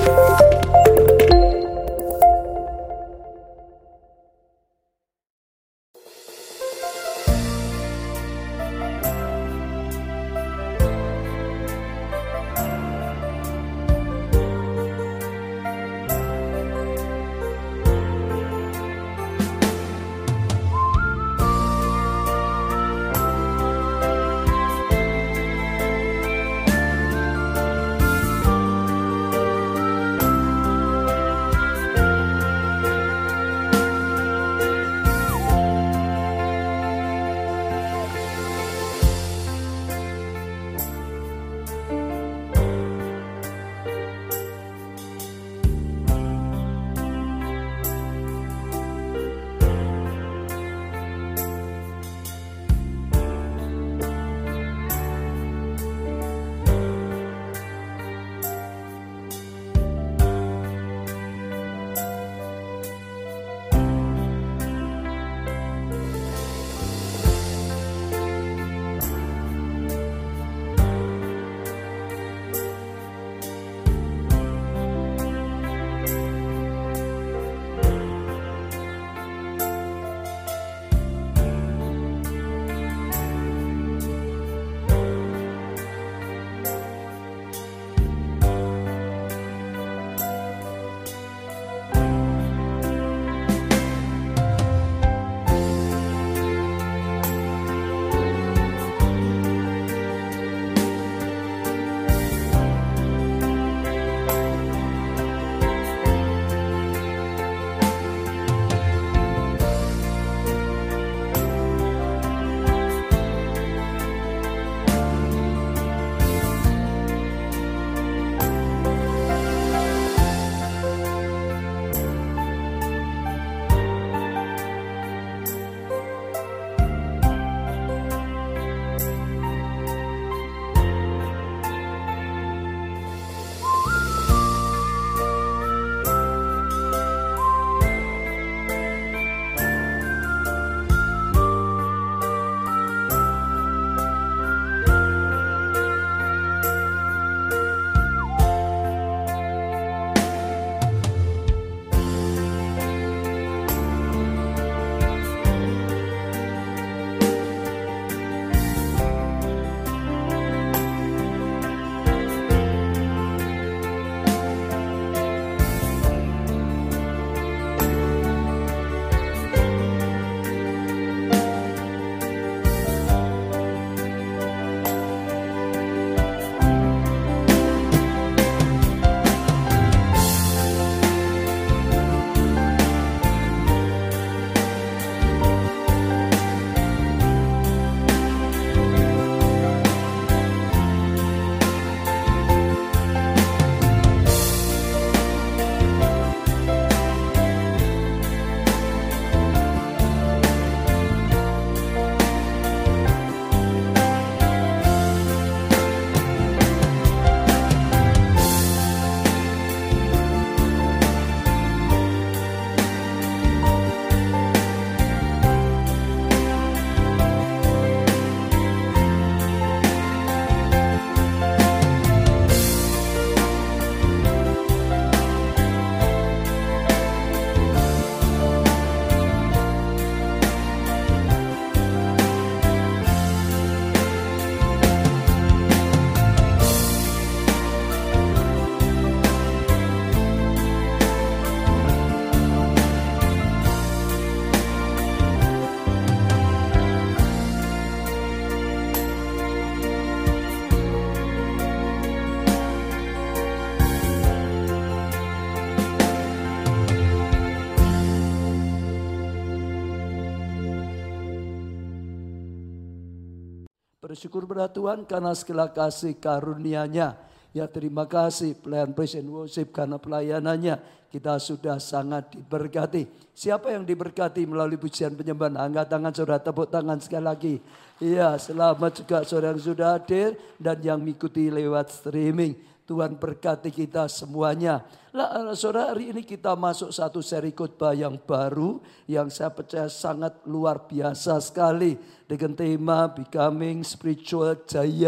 Bersyukur pada Tuhan karena segala kasih karunia-Nya. Ya terima kasih pelayan praise and worship karena pelayanannya kita sudah sangat diberkati. Siapa yang diberkati melalui pujian penyembahan? Angkat tangan saudara, tepuk tangan sekali lagi. Iya, selamat juga saudara yang sudah hadir dan yang mengikuti lewat streaming. Tuhan berkati kita semuanya. Saudara, hari ini kita masuk satu seri khotbah yang baru yang saya percaya sangat luar biasa sekali dengan tema Becoming Spiritual Giant.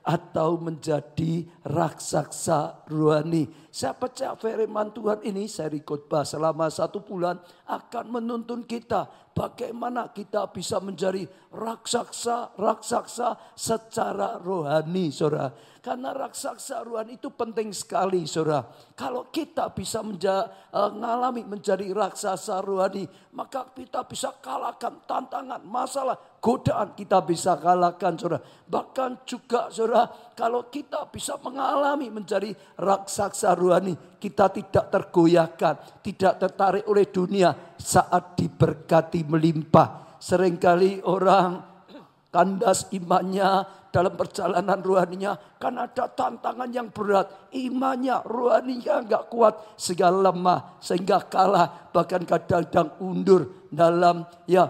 atau menjadi raksasa rohani. Saya percaya firman Tuhan ini, seri khotbah selama 1 bulan akan menuntun kita bagaimana kita bisa menjadi raksasa secara rohani, saudara. Karena raksasa rohani itu penting sekali, saudara. Kalau kita bisa mengalami menjadi raksasa rohani, maka kita bisa kalahkan tantangan, masalah, godaan kita bisa kalahkan, saudara. Bahkan juga, saudara, kalau kita bisa mengalami menjadi raksasa rohani, kita tidak tergoyahkan, tidak tertarik oleh dunia saat diberkati melimpah. Seringkali orang kandas imannya dalam perjalanan rohaninya karena ada tantangan yang berat. Imannya, rohaninya enggak kuat sehingga lemah, sehingga kalah, bahkan kadang-kadang undur dalam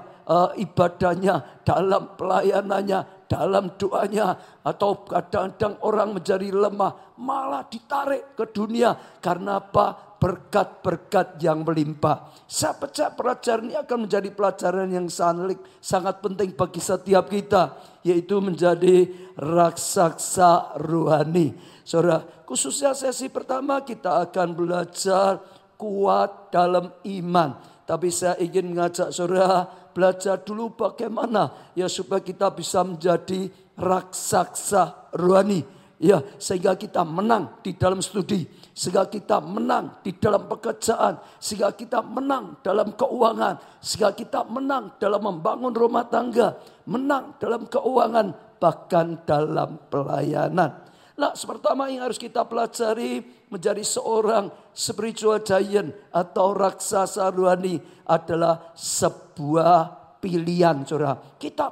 ibadahnya, dalam pelayanannya, dalam doanya, atau kadang-kadang orang menjadi lemah, malah ditarik ke dunia. Karena apa? Berkat-berkat yang melimpah. Saya percaya pelajaran ini akan menjadi pelajaran yang sangat penting bagi setiap kita, yaitu menjadi raksasa rohani. Saudara, khususnya sesi pertama kita akan belajar kuat dalam iman. Tapi saya ingin mengajak saudara belajar dulu bagaimana ya supaya kita bisa menjadi raksasa rohani. Ya, sehingga kita menang di dalam studi, sehingga kita menang di dalam pekerjaan, sehingga kita menang dalam keuangan, sehingga kita menang dalam membangun rumah tangga, menang dalam keuangan, bahkan dalam pelayanan. Nah, pertama yang harus kita pelajari menjadi seorang spiritual giant atau raksasa rohani adalah sebuah pilihan, saudara. Kita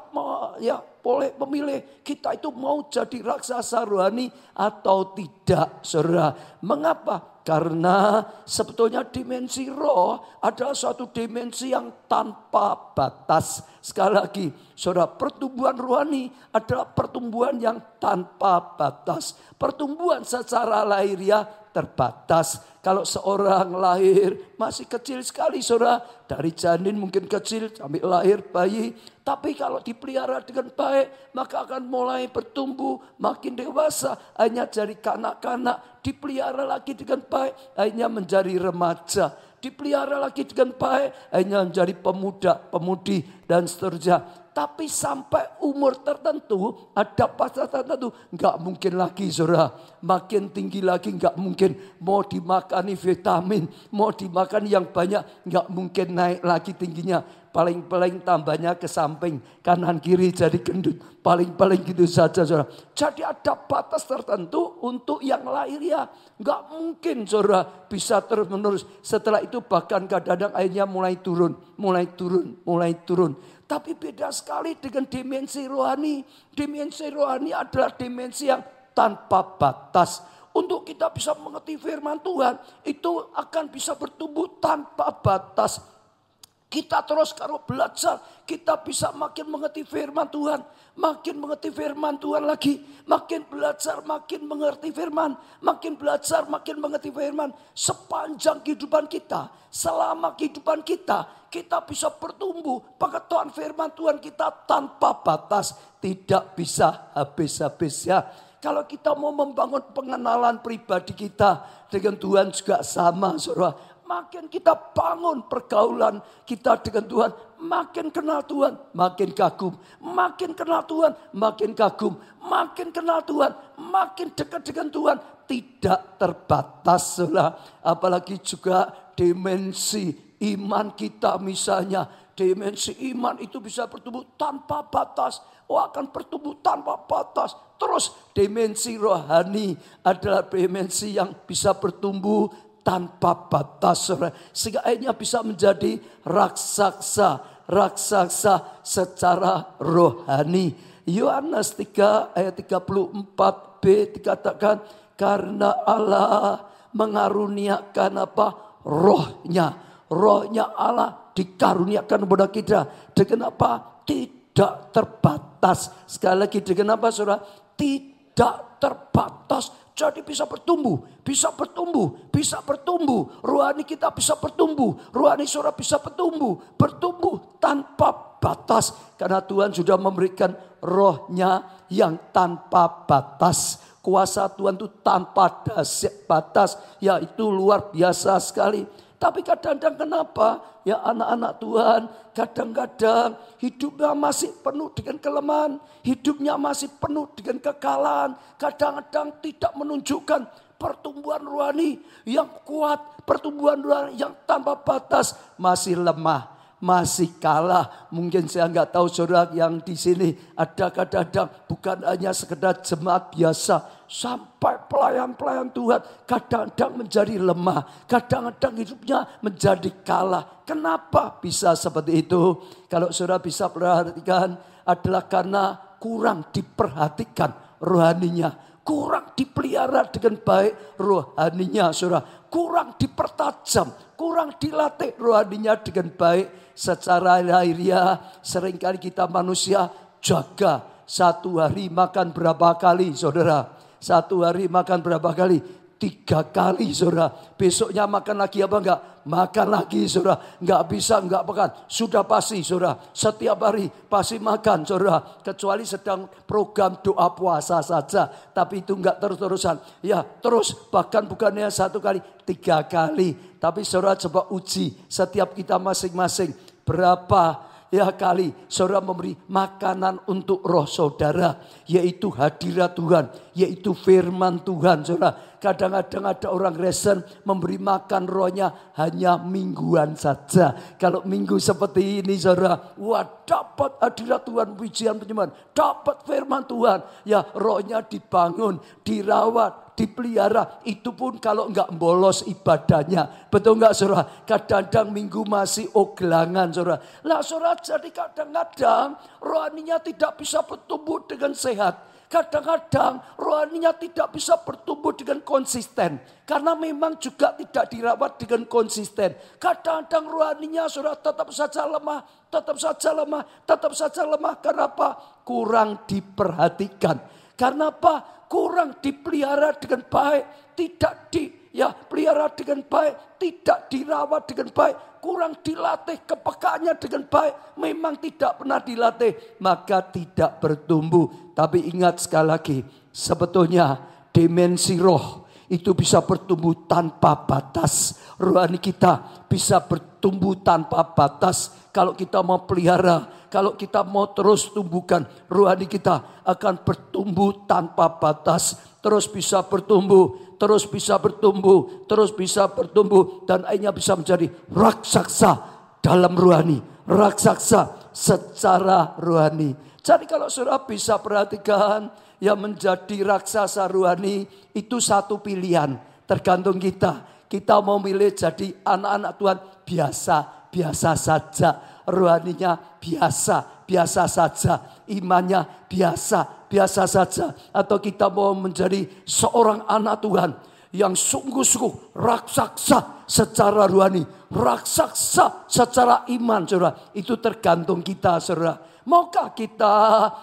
boleh memilih kita itu mau jadi raksasa rohani atau tidak, saudara. Mengapa? Karena sebetulnya dimensi roh adalah suatu dimensi yang tanpa batas. Sekali lagi, saudara, pertumbuhan rohani adalah pertumbuhan yang tanpa batas. Pertumbuhan secara lahiriah terbatas. Kalau seorang lahir masih kecil sekali, saudara, dari janin mungkin kecil sampai lahir bayi. Tapi kalau dipelihara dengan baik, maka akan mulai bertumbuh, makin dewasa, hanya jadi kanak-kanak. Dipelihara lagi dengan baik, akhirnya menjadi remaja. Dipelihara lagi dengan baik, akhirnya menjadi pemuda, pemudi, dan seterusnya. Tapi sampai umur tertentu, ada fase tertentu, enggak mungkin lagi, saudara. Makin tinggi lagi enggak mungkin. Mau dimakani vitamin, mau dimakan yang banyak, enggak mungkin naik lagi tingginya. Paling-paling tambahnya ke samping, kanan kiri jadi gendut. Paling-paling gitu saja, saudara. Jadi ada batas tertentu untuk yang lahiriah. Enggak mungkin, saudara, bisa terus menerus. Setelah itu bahkan kadang-kadang akhirnya mulai turun. Tapi beda sekali dengan dimensi rohani. Dimensi rohani adalah dimensi yang tanpa batas. Untuk kita bisa mengerti firman Tuhan, itu akan bisa bertumbuh tanpa batas. Kita terus kalau belajar, kita bisa makin mengerti firman Tuhan. Makin mengerti firman Tuhan lagi. Makin belajar, makin mengerti firman. Makin belajar, makin mengerti firman. Sepanjang kehidupan kita, selama kehidupan kita bisa bertumbuh. Pengetahuan firman Tuhan kita tanpa batas. Tidak bisa habis-habis, ya. Kalau kita mau membangun pengenalan pribadi kita dengan Tuhan juga sama, saudara. Makin kita bangun pergaulan kita dengan Tuhan, makin kenal Tuhan, makin kagum. Makin kenal Tuhan, makin kagum. Makin kenal Tuhan, makin dekat dengan Tuhan. Tidak terbatas, saudara. Apalagi juga dimensi iman kita misalnya. Dimensi iman itu bisa bertumbuh tanpa batas. Akan bertumbuh tanpa batas. Terus dimensi rohani adalah dimensi yang bisa bertumbuh tanpa batas, sehingga akhirnya bisa menjadi raksasa secara rohani. Yohanes 3 ayat 34b dikatakan, karena Allah mengaruniakan apa? Rohnya Allah dikaruniakan kepada kita dengan apa? Tidak terbatas. Sekali lagi, dengan apa, saudara? Tidak terbatas. Jadi bisa bertumbuh. Rohani kita bisa bertumbuh. Rohani saudara bisa bertumbuh tanpa batas. Karena Tuhan sudah memberikan roh-Nya yang tanpa batas. Kuasa Tuhan itu tanpa batas. Ya itu luar biasa sekali. Tapi kadang-kadang kenapa? Ya anak-anak Tuhan kadang-kadang hidupnya masih penuh dengan kelemahan. Hidupnya masih penuh dengan kekalahan. Kadang-kadang tidak menunjukkan pertumbuhan rohani yang kuat. Pertumbuhan rohani yang tanpa batas. Masih lemah. Masih kalah. Mungkin saya nggak tahu saudara yang di sini ada kadang-kadang bukan hanya sekedar jemaat biasa. Sampai pelayan-pelayan Tuhan kadang-kadang menjadi lemah. Kadang-kadang hidupnya menjadi kalah. Kenapa bisa seperti itu? Kalau saudara bisa perhatikan adalah karena kurang diperhatikan rohaninya. Kurang dipelihara dengan baik rohaninya saudara. Kurang dipertajam. Kurang dilatih rohaninya dengan baik. Secara lahiriah seringkali kita manusia jaga. Satu hari makan berapa kali saudara? Satu hari makan berapa kali? 3 kali saudara. Besoknya makan lagi apa enggak? Makan lagi saudara. Enggak bisa enggak makan. Sudah pasti saudara. Setiap hari pasti makan saudara. Kecuali sedang program doa puasa saja. Tapi itu enggak terus-terusan. Ya terus bahkan bukannya 1 kali. 3 kali. Tapi saudara coba uji. Setiap kita masing-masing. Berapa ya kali saudara memberi makanan untuk roh saudara. Yaitu hadirat Tuhan. Yaitu firman Tuhan saudara. Kadang-kadang ada orang Kristen memberi makan rohnya hanya mingguan saja. Kalau minggu seperti ini saudara. Wah dapat hadirat Tuhan. Pujian penyembahan. Dapat firman Tuhan. Ya rohnya dibangun. Dirawat. Dipelihara, itu pun kalau enggak bolos ibadahnya. Betul enggak saudara? Kadang-kadang minggu masih oglangan saudara. Lah saudara jadi kadang-kadang rohaninya tidak bisa bertumbuh dengan sehat. Kadang-kadang rohaninya tidak bisa bertumbuh dengan konsisten. Karena memang juga tidak dirawat dengan konsisten. Kadang-kadang rohaninya saudara tetap saja lemah. Tetap saja lemah. Tetap saja lemah. Karena apa? Kurang diperhatikan. Karena apa? Kurang dipelihara dengan baik, tidak dipelihara dengan baik, tidak dirawat dengan baik, kurang dilatih kepekaannya dengan baik, memang tidak pernah dilatih, maka tidak bertumbuh. Tapi ingat sekali lagi, sebetulnya dimensi roh itu bisa bertumbuh tanpa batas. Rohani kita bisa bertumbuh tanpa batas kalau kita mau pelihara. Kalau kita mau terus tumbuhkan, rohani kita akan bertumbuh tanpa batas. Terus bisa bertumbuh, terus bisa bertumbuh, terus bisa bertumbuh. Dan akhirnya bisa menjadi raksasa dalam rohani. Raksasa secara rohani. Jadi kalau saudara bisa perhatikan, yang menjadi raksasa rohani itu satu pilihan. Tergantung kita. Kita mau milih jadi anak-anak Tuhan biasa saja. Rohaninya biasa saja. Imannya biasa saja. Atau kita mau menjadi seorang anak Tuhan yang sungguh-sungguh raksasa secara rohani. Raksasa secara iman saudara. Itu tergantung kita saudara. Maukah kita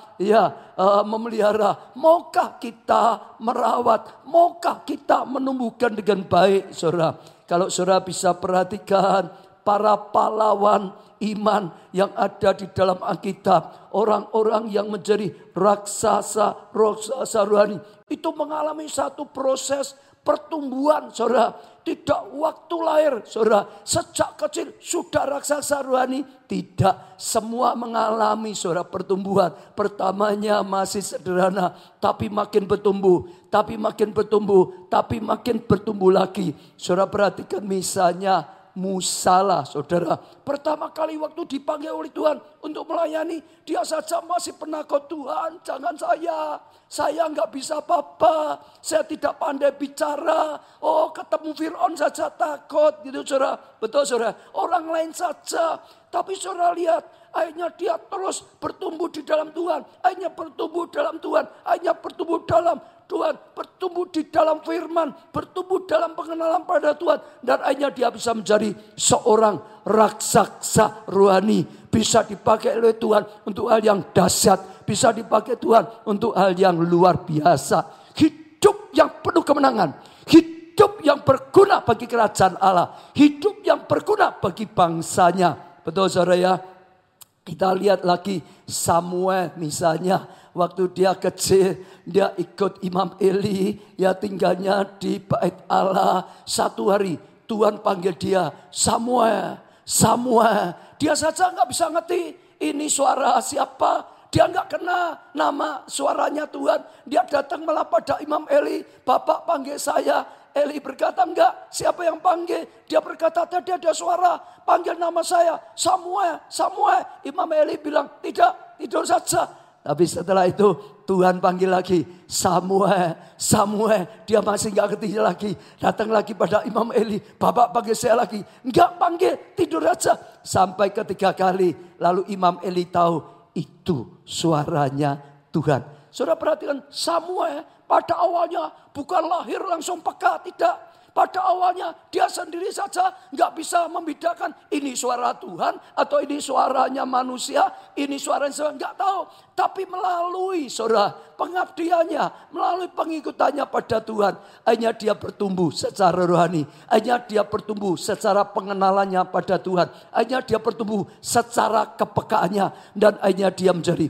memelihara? Maukah kita merawat? Maukah kita menumbuhkan dengan baik saudara? Kalau saudara bisa perhatikan para pahlawan iman yang ada di dalam Alkitab. Orang-orang yang menjadi raksasa rohani. Itu mengalami satu proses pertumbuhan saudara. Tidak waktu lahir saudara. Sejak kecil sudah raksasa rohani. Tidak semua mengalami saudara pertumbuhan. Pertamanya masih sederhana. Tapi makin bertumbuh. Tapi makin bertumbuh. Tapi makin bertumbuh lagi. Saudara perhatikan misalnya Musa lah saudara. Pertama kali waktu dipanggil oleh Tuhan untuk melayani. Dia saja masih penakut. Tuhan jangan saya nggak bisa apa-apa. Saya tidak pandai bicara. Oh ketemu Fir'aun saja takut gitu saudara. Betul saudara. Orang lain saja. Tapi saudara lihat. Akhirnya dia terus bertumbuh di dalam Tuhan. Akhirnya bertumbuh dalam Tuhan. Akhirnya bertumbuh dalam Tuhan. Bertumbuh di dalam firman. Bertumbuh dalam pengenalan pada Tuhan. Dan akhirnya dia bisa menjadi seorang raksasa rohani. Bisa dipakai oleh Tuhan untuk hal yang dahsyat. Bisa dipakai Tuhan untuk hal yang luar biasa. Hidup yang penuh kemenangan. Hidup yang berguna bagi kerajaan Allah. Hidup yang berguna bagi bangsanya. Betul saudara ya? Kita lihat lagi Samuel misalnya. Waktu dia kecil, dia ikut Imam Eli, ya tinggalnya di bait Allah. Satu hari Tuhan panggil dia, Samuel, Samuel. Dia saja nggak bisa ngerti ini suara siapa. Dia nggak kenal nama suaranya Tuhan. Dia datang malah pada Imam Eli, Bapak panggil saya. Eli berkata, enggak, siapa yang panggil? Dia berkata, tadi ada suara, panggil nama saya, Samuel, Samuel. Imam Eli bilang, tidak, tidur saja. Tapi setelah itu Tuhan panggil lagi, Samuel, Samuel. Dia masih enggak ngerti lagi. Datang lagi pada Imam Eli, Bapak panggil saya lagi. Enggak panggil, tidur saja. Sampai ketiga kali, lalu Imam Eli tahu itu suaranya Tuhan. Saudara perhatikan, Samuel pada awalnya bukan lahir langsung peka, tidak. Pada awalnya dia sendiri saja nggak bisa membedakan ini suara Tuhan atau ini suaranya manusia, ini suaranya saya nggak tahu. Tapi melalui saudara pengabdiannya, melalui pengikutannya pada Tuhan, akhirnya dia bertumbuh secara rohani, akhirnya dia bertumbuh secara pengenalannya pada Tuhan, akhirnya dia bertumbuh secara kepekaannya, dan akhirnya dia menjadi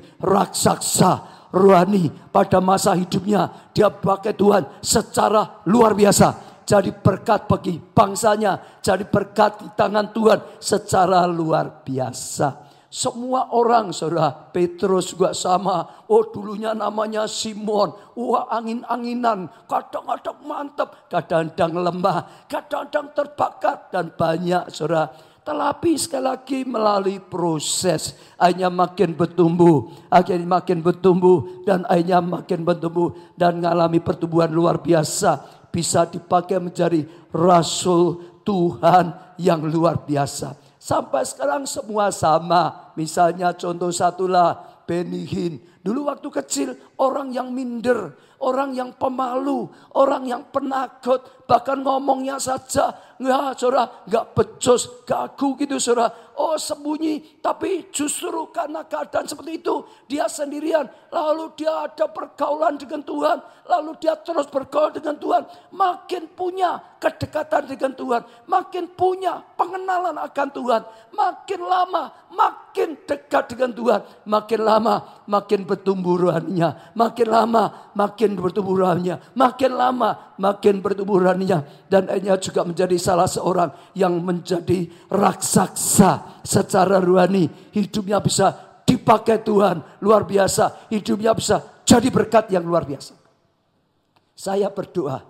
raksasa rohani pada masa hidupnya. Dia pakai Tuhan secara luar biasa. Jadi berkat bagi bangsanya. Jadi berkat di tangan Tuhan secara luar biasa. Semua orang saudara, Petrus juga sama. Oh dulunya namanya Simon. Wah angin-anginan. Kadang-kadang mantap. Kadang-kadang lemah. Kadang-kadang terbakat. Dan banyak saudara. Tetapi sekali lagi melalui proses. Akhirnya makin bertumbuh. Akhirnya makin bertumbuh. Dan akhirnya makin bertumbuh. Dan mengalami pertumbuhan luar biasa. Bisa dipakai menjadi rasul Tuhan yang luar biasa. Sampai sekarang semua sama. Misalnya contoh satulah Benny Hinn. Dulu waktu kecil orang yang minder, orang yang pemalu, orang yang penakut. Bahkan ngomongnya saja saudara, gak becus, gagu gitu saudara. Oh sembunyi, tapi justru karena keadaan seperti itu, dia sendirian. Lalu dia ada pergaulan dengan Tuhan. Lalu dia terus bergaul dengan Tuhan. Makin punya kedekatan dengan Tuhan. Makin punya pengenalan akan Tuhan. Makin lama, makin dekat dengan Tuhan. Makin lama, makin bertumbuh rohaninya. Makin lama, makin bertumbuh rohaninya. Makin lama, makin bertumbuh rohaninya. Dan akhirnya juga menjadi salah seorang yang menjadi raksasa secara rohani. Hidupnya bisa dipakai Tuhan luar biasa. Hidupnya bisa jadi berkat yang luar biasa. Saya berdoa,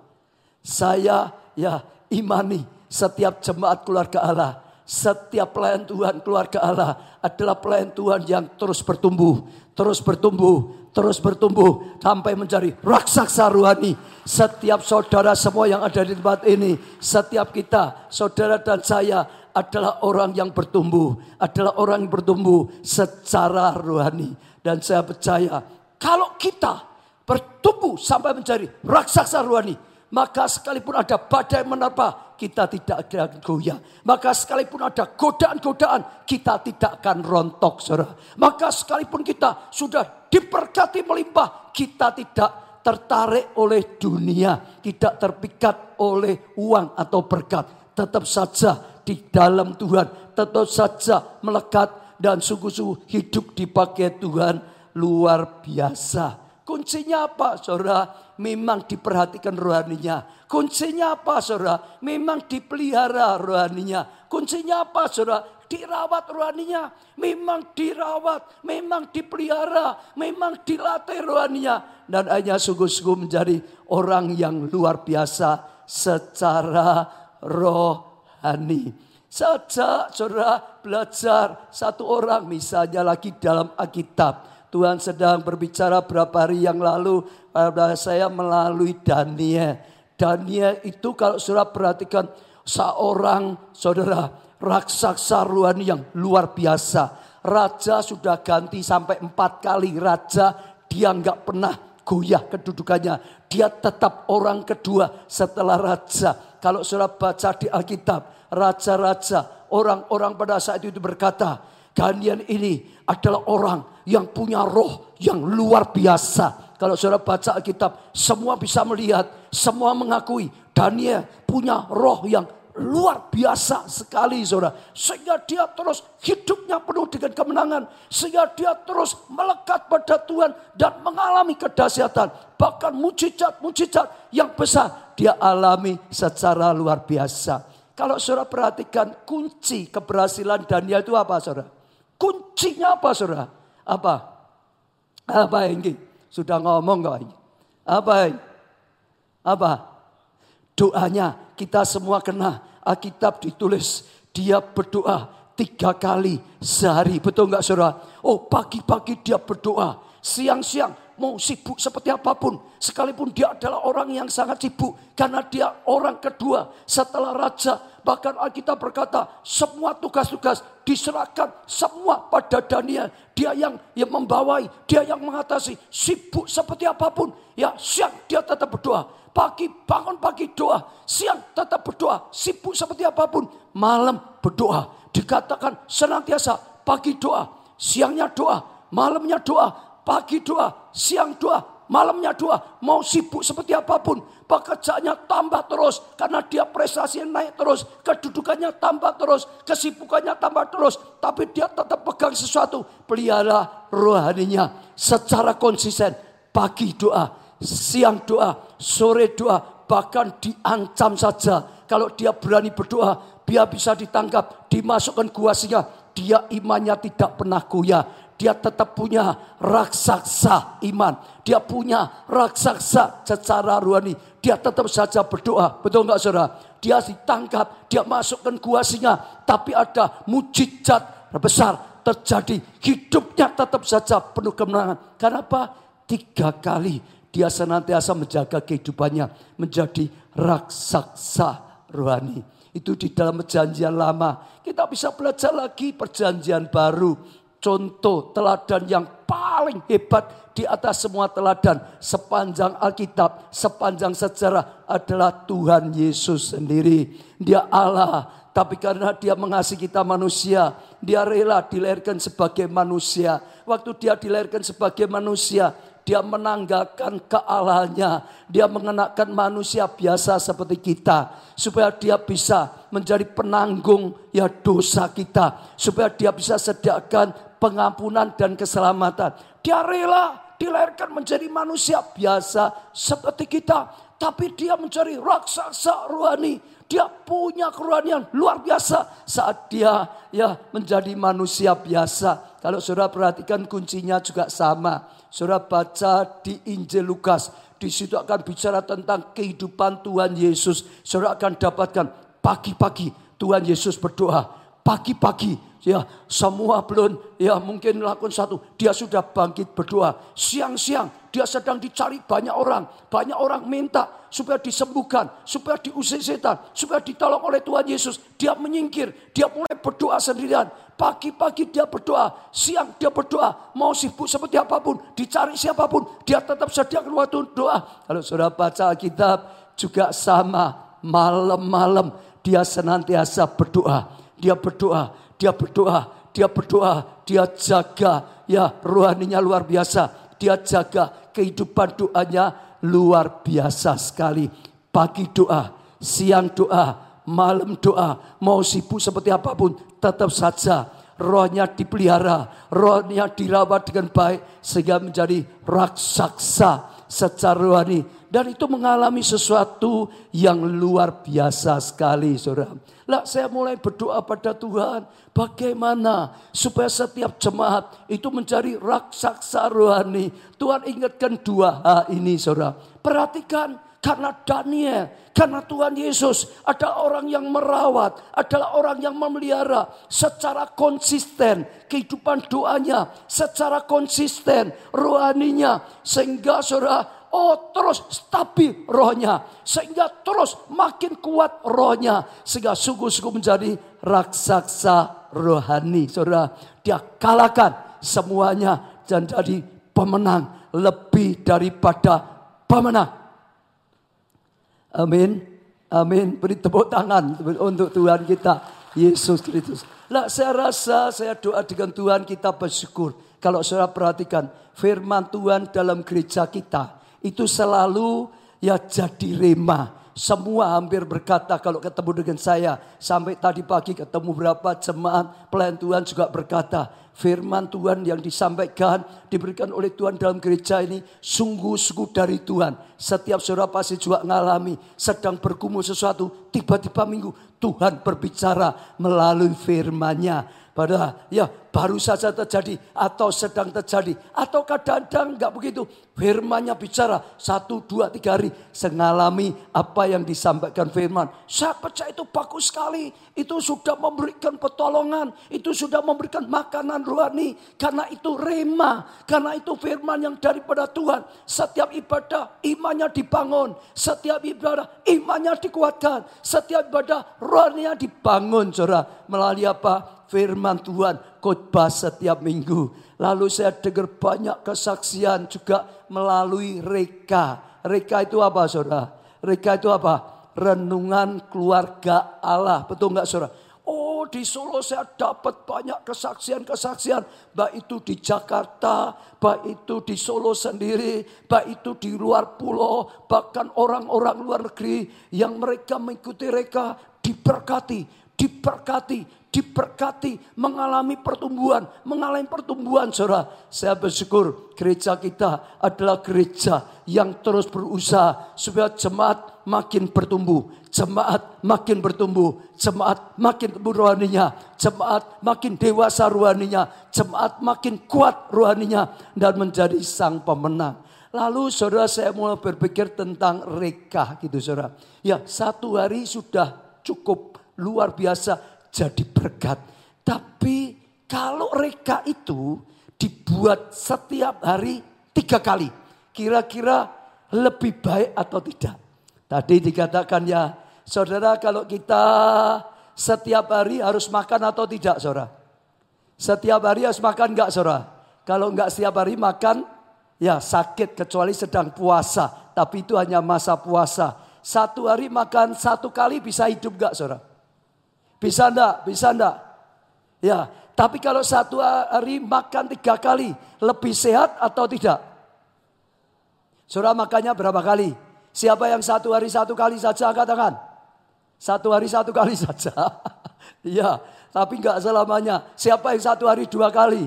saya imani setiap jemaat keluarga Allah, setiap pelayan Tuhan keluarga Allah adalah pelayan Tuhan yang terus bertumbuh, terus bertumbuh, terus bertumbuh sampai menjadi raksasa rohani. Setiap saudara semua yang ada di tempat ini, setiap kita, saudara dan saya adalah orang yang bertumbuh, adalah orang yang bertumbuh secara rohani. Dan saya percaya kalau kita bertumbuh sampai menjadi raksasa rohani, maka sekalipun ada badai menerpa, kita tidak akan goyah. Maka sekalipun ada godaan-godaan, kita tidak akan rontok, saudara. Maka sekalipun kita sudah diberkati melimpah, kita tidak tertarik oleh dunia, tidak terpikat oleh uang atau berkat. Tetap saja di dalam Tuhan, tetap saja melekat dan sungguh-sungguh hidup dipakai Tuhan luar biasa. Kuncinya apa saudara? Memang diperhatikan rohaninya. Kuncinya apa saudara? Memang dipelihara rohaninya. Kuncinya apa saudara? Dirawat rohaninya. Memang dirawat, memang dipelihara, memang dilatih rohaninya. Dan hanya sungguh-sungguh menjadi orang yang luar biasa secara rohani. Sejak saudara belajar satu orang misalnya lagi dalam Alkitab. Tuhan sedang berbicara berapa hari yang lalu pada saya melalui Daniel. Daniel itu kalau saudara perhatikan seorang saudara raksasa rohani yang luar biasa. Raja sudah ganti sampai 4 kali raja, dia nggak pernah goyah kedudukannya. Dia tetap orang kedua setelah raja. Kalau saudara baca di Alkitab, raja-raja, orang-orang pada saat itu berkata, Daniel ini adalah orang yang punya roh yang luar biasa. Kalau saudara baca Alkitab, semua bisa melihat, semua mengakui Daniel punya roh yang luar biasa sekali saudara. Sehingga dia terus hidupnya penuh dengan kemenangan. Sehingga dia terus melekat pada Tuhan dan mengalami kedahsyatan. Bahkan mujizat-mujizat yang besar dia alami secara luar biasa. Kalau saudara perhatikan kunci keberhasilan Daniel itu apa saudara? Kuncinya apa saudara? Apa ini? Sudah ngomong kok ini. Apa? Doanya kita semua kena. Alkitab ditulis dia berdoa 3 kali sehari. Betul enggak saudara? Oh, pagi-pagi dia berdoa, siang-siang mau sibuk seperti apapun. Sekalipun dia adalah orang yang sangat sibuk. Karena dia orang kedua setelah raja. Bahkan Alkitab berkata semua tugas-tugas diserahkan semua pada Daniel. Dia yang membawai, dia yang mengatasi. Sibuk seperti apapun. Ya, siang dia tetap berdoa. Bangun pagi doa, siang tetap berdoa, sibuk seperti apapun, malam berdoa. Dikatakan senantiasa pagi doa, siangnya doa, malamnya doa, pagi doa, siang doa, malamnya doa. Mau sibuk seperti apapun, pekerjaannya tambah terus karena dia prestasinya naik terus, kedudukannya tambah terus, kesibukannya tambah terus. Tapi dia tetap pegang sesuatu, pelihara rohaninya secara konsisten. Pagi doa, siang doa, sore doa, bahkan diancam saja. Kalau dia berani berdoa, dia bisa ditangkap, dimasukkan gua singa. Dia imannya tidak pernah goyah. Dia tetap punya raksasa iman. Dia punya raksasa secara rohani. Dia tetap saja berdoa. Betul enggak saudara? Dia ditangkap, dia masukkan gua singa. Tapi ada mujizat besar terjadi. Hidupnya tetap saja penuh kemenangan. Kenapa? 3 kali dia senantiasa menjaga kehidupannya menjadi raksasa rohani. Itu di dalam perjanjian lama. Kita bisa belajar lagi perjanjian baru. Contoh teladan yang paling hebat di atas semua teladan sepanjang Alkitab, sepanjang sejarah adalah Tuhan Yesus sendiri. Dia Allah, tapi karena dia mengasihi kita manusia, dia rela dilahirkan sebagai manusia. Waktu dia dilahirkan sebagai manusia, dia menanggalkan kealahannya. Dia mengenakan manusia biasa seperti kita. Supaya dia bisa menjadi penanggung dosa kita. Supaya dia bisa sediakan pengampunan dan keselamatan. Dia rela dilahirkan menjadi manusia biasa seperti kita. Tapi dia menjadi raksasa rohani. Dia punya kerohanian luar biasa saat dia menjadi manusia biasa. Kalau saudara perhatikan kuncinya juga sama. Saudara baca di Injil Lukas. Di situ akan bicara tentang kehidupan Tuhan Yesus. Saudara akan dapatkan pagi-pagi Tuhan Yesus berdoa. Pagi-pagi semua belum mungkin melakukan satu. Dia sudah bangkit berdoa. Siang-siang dia sedang dicari banyak orang. Banyak orang minta supaya disembuhkan, supaya diusir setan, supaya ditolong oleh Tuhan Yesus. Dia menyingkir, dia mulai berdoa sendirian. Pagi-pagi dia berdoa, siang dia berdoa. Mau sibuk seperti apapun, dicari siapapun, dia tetap sediakan waktu doa. Kalau saudara baca Alkitab juga sama. Malam-malam dia senantiasa berdoa. Dia berdoa, dia berdoa, dia berdoa. Dia jaga rohaninya luar biasa. Dia jaga kehidupan doanya luar biasa sekali. Pagi doa, siang doa, malam doa. Mau sibuk seperti apapun, tetap saja rohnya dipelihara, rohnya dirawat dengan baik. Sehingga menjadi raksasa secara rohani. Dan itu mengalami sesuatu yang luar biasa sekali saudara. Lah saya mulai berdoa pada Tuhan. Bagaimana supaya setiap jemaat itu menjadi raksasa rohani. Tuhan ingatkan 2 hal ini saudara. Perhatikan. Karena Daniel, karena Tuhan Yesus adalah orang yang merawat, adalah orang yang memelihara secara konsisten kehidupan doanya, secara konsisten rohaninya, sehingga saudara terus stabil rohnya, sehingga terus makin kuat rohnya, sehingga sungguh-sungguh menjadi raksasa rohani. Saudara, dia kalahkan semuanya dan jadi pemenang, lebih daripada pemenang. Amin. Amin. Beri tepuk tangan untuk Tuhan kita Yesus Kristus. Lah saya rasa saya doa dengan Tuhan kita bersyukur. Kalau saudara perhatikan firman Tuhan dalam gereja kita itu selalu jadi rema. Semua hampir berkata kalau ketemu dengan saya. Sampai tadi pagi ketemu berapa jemaat pelayan Tuhan juga berkata. Firman Tuhan yang disampaikan, diberikan oleh Tuhan dalam gereja ini sungguh-sungguh dari Tuhan. Setiap saudara pasti juga ngalami sedang bergumul sesuatu. Tiba-tiba minggu Tuhan berbicara melalui firman-Nya. Padahal ya baru saja terjadi atau sedang terjadi. Atau kadang-kadang enggak begitu. Firman-Nya bicara 1, 2, 3 hari. Sengalami apa yang disampaikan firman. Saya percaya itu bagus sekali. Itu sudah memberikan pertolongan. Itu sudah memberikan makanan rohani. Karena itu rema. Karena itu firman yang daripada Tuhan. Setiap ibadah imannya dibangun. Setiap ibadah imannya dikuatkan. Setiap ibadah rohaninya dibangun. Saudara. Melalui apa? Firman Tuhan, khotbah setiap minggu. Lalu saya dengar banyak kesaksian juga melalui reka. Reka itu apa saudara? Reka itu apa? Renungan keluarga Allah. Betul enggak saudara? Oh di Solo saya dapat banyak kesaksian-kesaksian. Baik itu di Jakarta, baik itu di Solo sendiri, baik itu di luar pulau. Bahkan orang-orang luar negeri yang mereka mengikuti reka diberkati, mengalami pertumbuhan saudara. Saya bersyukur gereja kita adalah gereja yang terus berusaha supaya jemaat makin bertumbuh, jemaat makin bertumbuh, jemaat makin tumbuh rohaninya, jemaat makin dewasa rohaninya, jemaat makin kuat rohaninya dan menjadi sang pemenang. Lalu saudara saya mulai berpikir tentang reka gitu saudara. Ya 1 hari sudah cukup luar biasa jadi berkat. Tapi kalau reka itu dibuat setiap hari 3 kali. Kira-kira lebih baik atau tidak? Tadi dikatakan ya saudara kalau kita setiap hari harus makan atau tidak saudara? Setiap hari harus makan enggak saudara? Kalau enggak setiap hari makan ya sakit kecuali sedang puasa. Tapi itu hanya masa puasa. 1 hari makan 1 kali bisa hidup enggak saudara? Bisa enggak? Bisa enggak? Ya, tapi kalau 1 hari makan 3 kali, lebih sehat atau tidak? Saudara makannya berapa kali? Siapa yang 1 hari 1 kali saja angkat tangan? 1 hari 1 kali saja. Ya, tapi enggak selamanya. Siapa yang 1 hari 2 kali?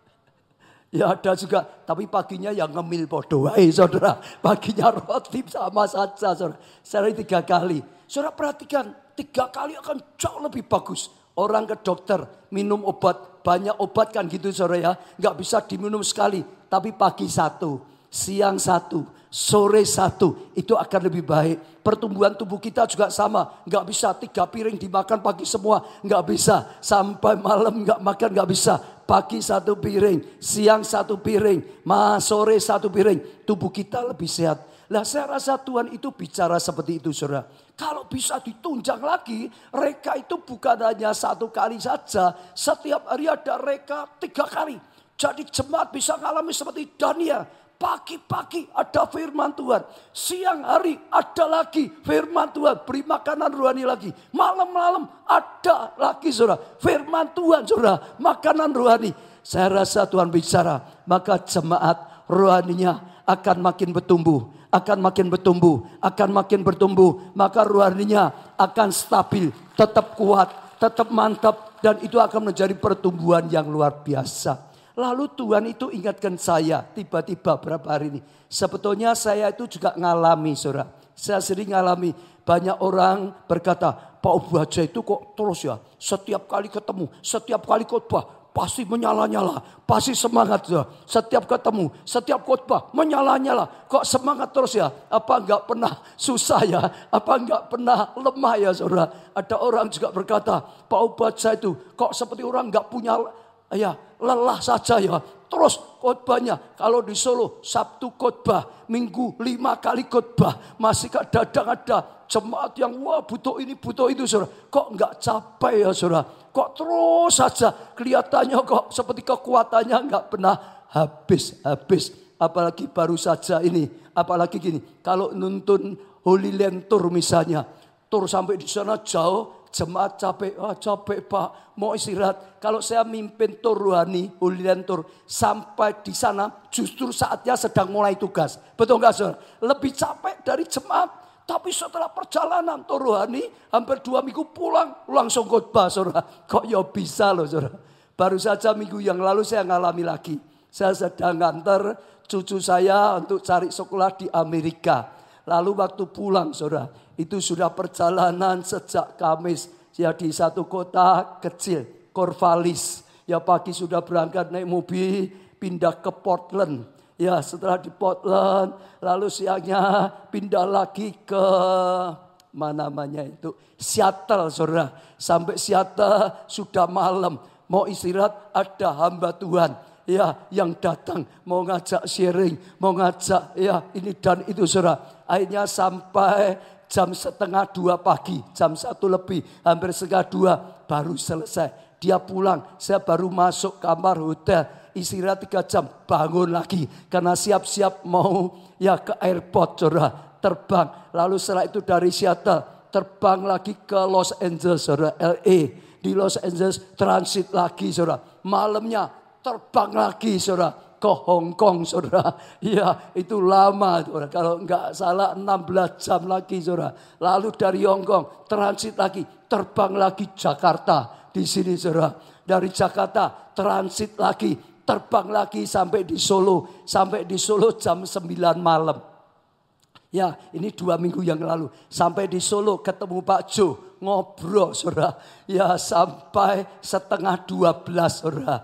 Ya ada juga, tapi paginya yang ngemil podo. Saudara, paginya roti sama saja saudara. Sehari 3 kali. Saudara perhatikan, 3 kali akan jauh lebih bagus. Orang ke dokter minum obat, banyak obat kan gitu saudara ya. Gak bisa diminum sekali, tapi pagi 1, siang 1, sore 1, itu akan lebih baik. Pertumbuhan tubuh kita juga sama. Gak bisa 3 piring dimakan pagi semua, gak bisa. Sampai malam gak makan gak bisa. Pagi 1 piring, siang 1 piring, sore 1 piring. Tubuh kita lebih sehat. Nah saya rasa Tuhan itu bicara seperti itu saudara. Kalau bisa ditunjang lagi, reka itu bukan hanya 1 kali saja. Setiap hari ada reka 3 kali. Jadi jemaat bisa mengalami seperti Daniel. Pagi-pagi ada firman Tuhan. Siang hari ada lagi firman Tuhan. Beri makanan rohani lagi. Malam-malam ada lagi saudara. Firman Tuhan saudara. Makanan rohani. Saya rasa Tuhan bicara. Maka jemaat rohaninya akan makin bertumbuh. Akan makin bertumbuh. Maka rohaninya akan stabil. Tetap kuat. Tetap mantap. Dan itu akan menjadi pertumbuhan yang luar biasa. Lalu Tuhan itu ingatkan saya tiba-tiba berapa hari ini. Sebetulnya saya itu juga ngalami saudara. Saya sering ngalami. Banyak orang berkata, Pak Obaja itu kok terus ya. Setiap kali ketemu, setiap kali khotbah. Pasti menyala-nyala, pasti semangat ya. Setiap ketemu, setiap khotbah menyala-nyala. Kok semangat terus ya? Apa enggak pernah susah ya? Apa enggak pernah lemah ya saudara? Ada orang juga berkata, Pak Obaja itu kok seperti orang enggak punya ya lelah saja ya. Terus khotbahnya kalau di Solo Sabtu khotbah, Minggu 5 kali khotbah, masih kadang ada jemaat yang wah butuh ini butuh itu saudara. Kok enggak capek ya saudara? Kok terus saja kelihatannya kok seperti kekuatannya enggak pernah habis. Apalagi baru saja ini, apalagi gini. Kalau nuntun Holy Land Tour misalnya, tur sampai di sana jauh. Jemaat capek Pak, mau istirahat. Kalau saya mimpin tur rohani, Holy Land Tour, sampai di sana justru saatnya sedang mulai tugas. Betul enggak saudara? Lebih capek dari jemaat. Tapi setelah perjalanan rohani hampir 2 minggu pulang langsung khotbah, saudara. Kok ya bisa loh, saudara. Baru saja minggu yang lalu saya ngalami lagi. Saya sedang nganter cucu saya untuk cari sekolah di Amerika. Lalu waktu pulang, saudara, itu sudah perjalanan sejak Kamis. Ya di satu kota kecil, Corvallis. Ya pagi sudah berangkat naik mobil, pindah ke Portland. Ya setelah di Portland, lalu siangnya pindah lagi ke mana namanya itu, Seattle, saudara. Sampai Seattle sudah malam. Mau istirahat, ada hamba Tuhan ya yang datang mau ngajak sharing, mau ngajak ya ini dan itu, saudara. Akhirnya sampai jam 1:30 pagi, jam 1 lebih, hampir 1:30 baru selesai. Dia pulang, saya baru masuk kamar hotel, istirahat 3 jam, bangun lagi karena siap-siap mau ya ke airport, saudara, terbang. Lalu setelah itu dari Seattle terbang lagi ke Los Angeles, saudara, LA. Di Los Angeles transit lagi, saudara. Malamnya terbang lagi, saudara, ke Hong Kong, saudara. Ya itu lama, saudara. Kalau enggak salah 16 jam lagi, saudara. Lalu dari Hong Kong transit lagi, terbang lagi Jakarta. Di sini, saudara. Dari Jakarta transit lagi, terbang lagi sampai di Solo. Sampai di Solo jam 9 malam. Ya ini 2 minggu yang lalu. Sampai di Solo ketemu Pak Jo. Ngobrol, saudara. Ya sampai 11:30, saudara.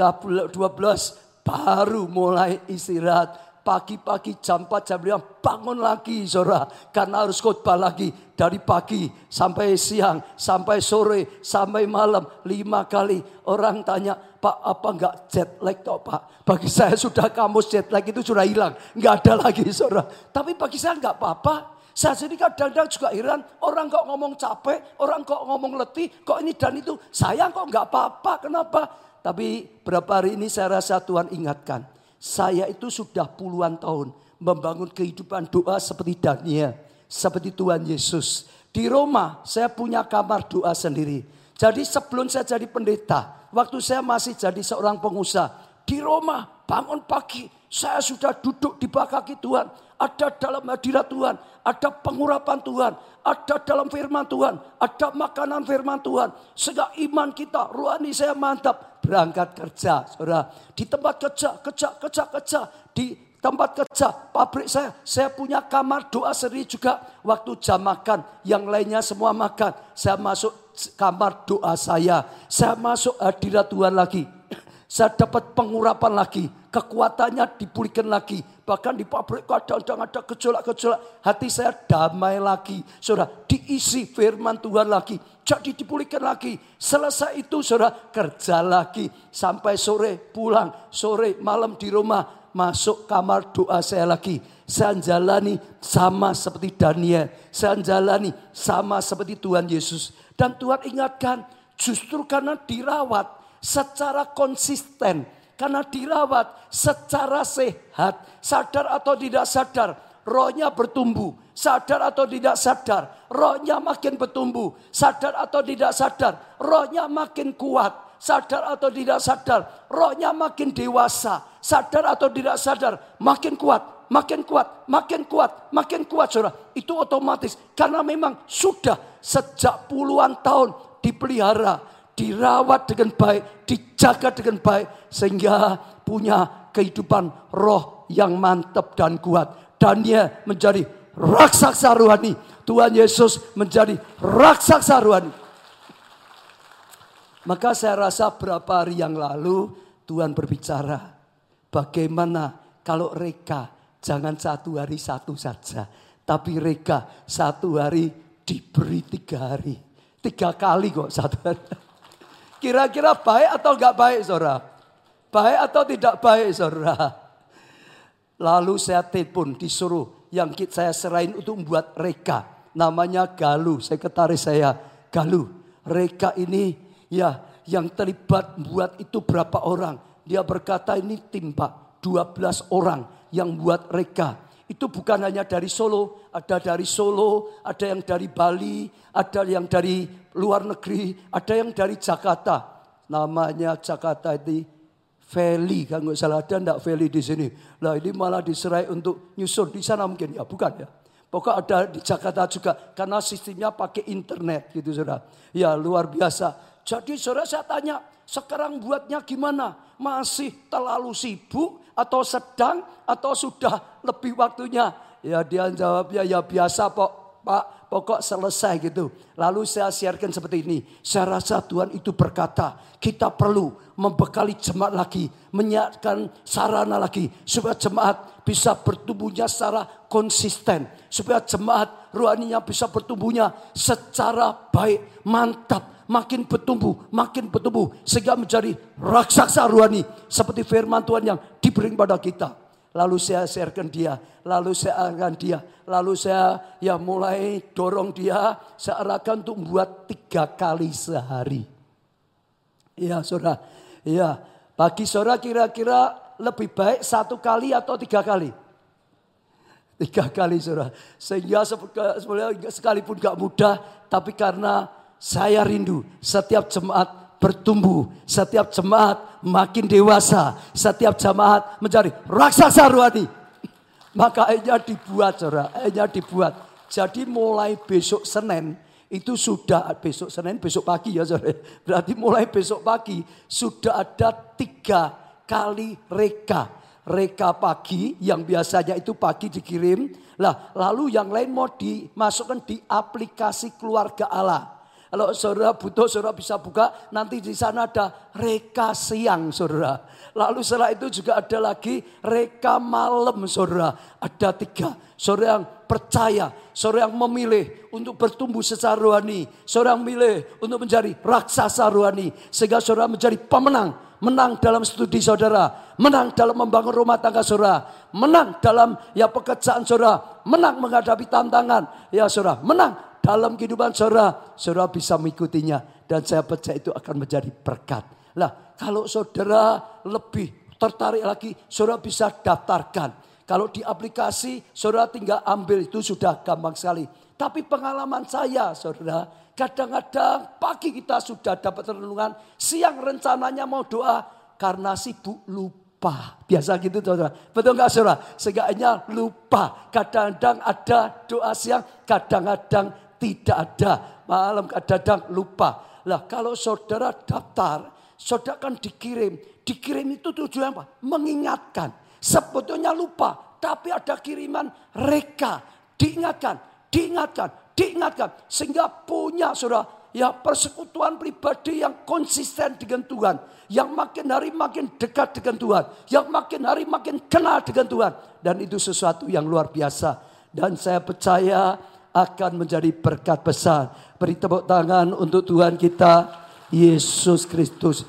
11:30 baru mulai istirahat. Pagi-pagi jam 4 jam 5 bangun lagi, saudara. Karena harus khotbah lagi. Dari pagi sampai siang, sampai sore, sampai malam 5 kali. Orang tanya, Pak apa enggak jet lag toh Pak? Bagi saya sudah kamus jet lag itu sudah hilang. Enggak ada lagi, saudara. Tapi bagi saya enggak apa-apa. Saya sendiri kadang-kadang juga heran, orang kok ngomong capek, orang kok ngomong letih, kok ini dan itu. Saya kok enggak apa-apa, kenapa? Tapi berapa hari ini saya rasa Tuhan ingatkan. Saya itu sudah puluhan tahun membangun kehidupan doa seperti Daniel, seperti Tuhan Yesus. Di Roma saya punya kamar doa sendiri. Jadi sebelum saya jadi pendeta, waktu saya masih jadi seorang pengusaha, di Roma bangun pagi, saya sudah duduk di bawah kaki Tuhan. Ada dalam hadirat Tuhan, ada pengurapan Tuhan, ada dalam firman Tuhan, ada makanan firman Tuhan. Sehingga iman kita, rohani saya mantap. Berangkat kerja, saudara. Di tempat kerja. Di tempat kerja, pabrik saya punya kamar doa sendiri juga. Waktu jam makan, yang lainnya semua makan. Saya masuk kamar doa saya masuk hadirat Tuhan lagi. Saya dapat pengurapan lagi, kekuatannya dipulihkan lagi. Bahkan di pabrik kadang-kadang ada gejolak-gejolak. Hati saya damai lagi, saudara. Diisi firman Tuhan lagi, jadi dipulihkan lagi. Selesai itu, saudara, kerja lagi. Sampai sore pulang, sore malam di rumah. Masuk kamar doa saya lagi. Saya jalani sama seperti Daniel. Saya jalani sama seperti Tuhan Yesus. Dan Tuhan ingatkan, justru karena dirawat secara konsisten, karena dirawat secara sehat, sadar atau tidak sadar, rohnya bertumbuh. Sadar atau tidak sadar, rohnya makin bertumbuh. Sadar atau tidak sadar, rohnya makin kuat. Sadar atau tidak sadar, rohnya makin dewasa. Sadar atau tidak sadar, makin kuat, makin kuat, makin kuat, makin kuat, saudara. Itu otomatis, karena memang sudah sejak puluhan tahun dipelihara, dirawat dengan baik, dijaga dengan baik, sehingga punya kehidupan roh yang mantap dan kuat. Daniel menjadi raksasa rohani, Tuhan Yesus menjadi raksasa rohani. Maka saya rasa berapa hari yang lalu Tuhan berbicara, bagaimana kalau reka jangan 1 hari 1 saja, tapi reka 1 hari diberi 3 hari, 3 kali kok 1 hari. Kira-kira baik atau enggak baik, saudara? Baik atau tidak baik, saudara? Lalu saya telepon, disuruh yang saya serahin untuk membuat reka. Namanya Galuh, sekretaris saya. Galuh, reka ini ya yang terlibat buat itu berapa orang? Dia berkata ini tim Pak, 12 orang yang buat reka. Itu bukan hanya dari Solo, ada dari Solo, ada yang dari Bali, ada yang dari luar negeri, ada yang dari Jakarta. Namanya Jakarta itu Feli, kan nggak salah, ada enggak Feli di sini? Lah ini malah diserai untuk nyusun di sana mungkin ya, bukan ya? Pokok ada di Jakarta juga. Karena sistemnya pakai internet gitu saudara. Ya luar biasa. Jadi saudara saya tanya, sekarang buatnya gimana? Masih terlalu sibuk atau sedang atau sudah lebih waktunya? Ya dia jawabnya ya biasa Pak, pokok selesai gitu. Lalu saya sharekan seperti ini. Saya rasa Tuhan itu berkata, kita perlu membekali jemaat lagi, menyiapkan sarana lagi supaya jemaat bisa bertumbuhnya secara konsisten, supaya jemaat rohaninya bisa bertumbuhnya secara baik, mantap, makin bertumbuh sehingga menjadi raksasa rohani seperti firman Tuhan yang diberi pada kita. Lalu saya sharekan dia, lalu saya arahkan dia, lalu saya mulai dorong dia, saya arahkan untuk membuat 3 kali sehari. Ya saudara, ya bagi saudara kira-kira lebih baik 1 kali atau 3 kali? 3 kali saudara. Sehingga sekalipun gak mudah, tapi karena saya rindu setiap jemaat bertumbuh, setiap jemaat makin dewasa, setiap jemaat menjadi raksasa rohani. Maka akhirnya dibuat saudara, Jadi mulai besok Senin itu sudah, besok pagi ya saudara. Berarti mulai besok pagi sudah ada 3 kali reka pagi yang biasanya itu pagi dikirim. Lalu yang lain mau dimasukkan di aplikasi Keluarga Allah. Kalau saudara butuh, saudara bisa buka. Nanti di sana ada reka siang, saudara. Lalu setelah itu juga ada lagi reka malam, saudara. Ada 3. Saudara yang percaya, saudara yang memilih untuk bertumbuh secara rohani. Saudara yang memilih untuk menjadi raksasa rohani. Sehingga saudara menjadi pemenang. Menang dalam studi saudara. Menang dalam membangun rumah tangga saudara. Menang dalam pekerjaan saudara. Menang menghadapi tantangan. Ya saudara, menang dalam kehidupan saudara bisa mengikutinya. Dan saya percaya itu akan menjadi berkat. Kalau saudara lebih tertarik lagi, saudara bisa daftarkan. Kalau di aplikasi, saudara tinggal ambil, itu sudah gampang sekali. Tapi pengalaman saya, saudara, kadang-kadang pagi kita sudah dapat renungan, siang rencananya mau doa, karena sibuk lupa. Biasa gitu saudara. Betul nggak saudara? Seenggaknya lupa. Kadang-kadang ada doa siang, kadang-kadang tidak ada. Malam kadang-kadang lupa. Kalau saudara daftar, saudara kan dikirim. Dikirim itu tujuan apa? Mengingatkan. Sebetulnya lupa. Tapi ada kiriman reka. Diingatkan. Sehingga punya saudara persekutuan pribadi yang konsisten dengan Tuhan. Yang makin hari makin dekat dengan Tuhan. Yang makin hari makin kenal dengan Tuhan. Dan itu sesuatu yang luar biasa. Dan saya percaya akan menjadi berkat besar. Beri tepuk tangan untuk Tuhan kita, Yesus Kristus.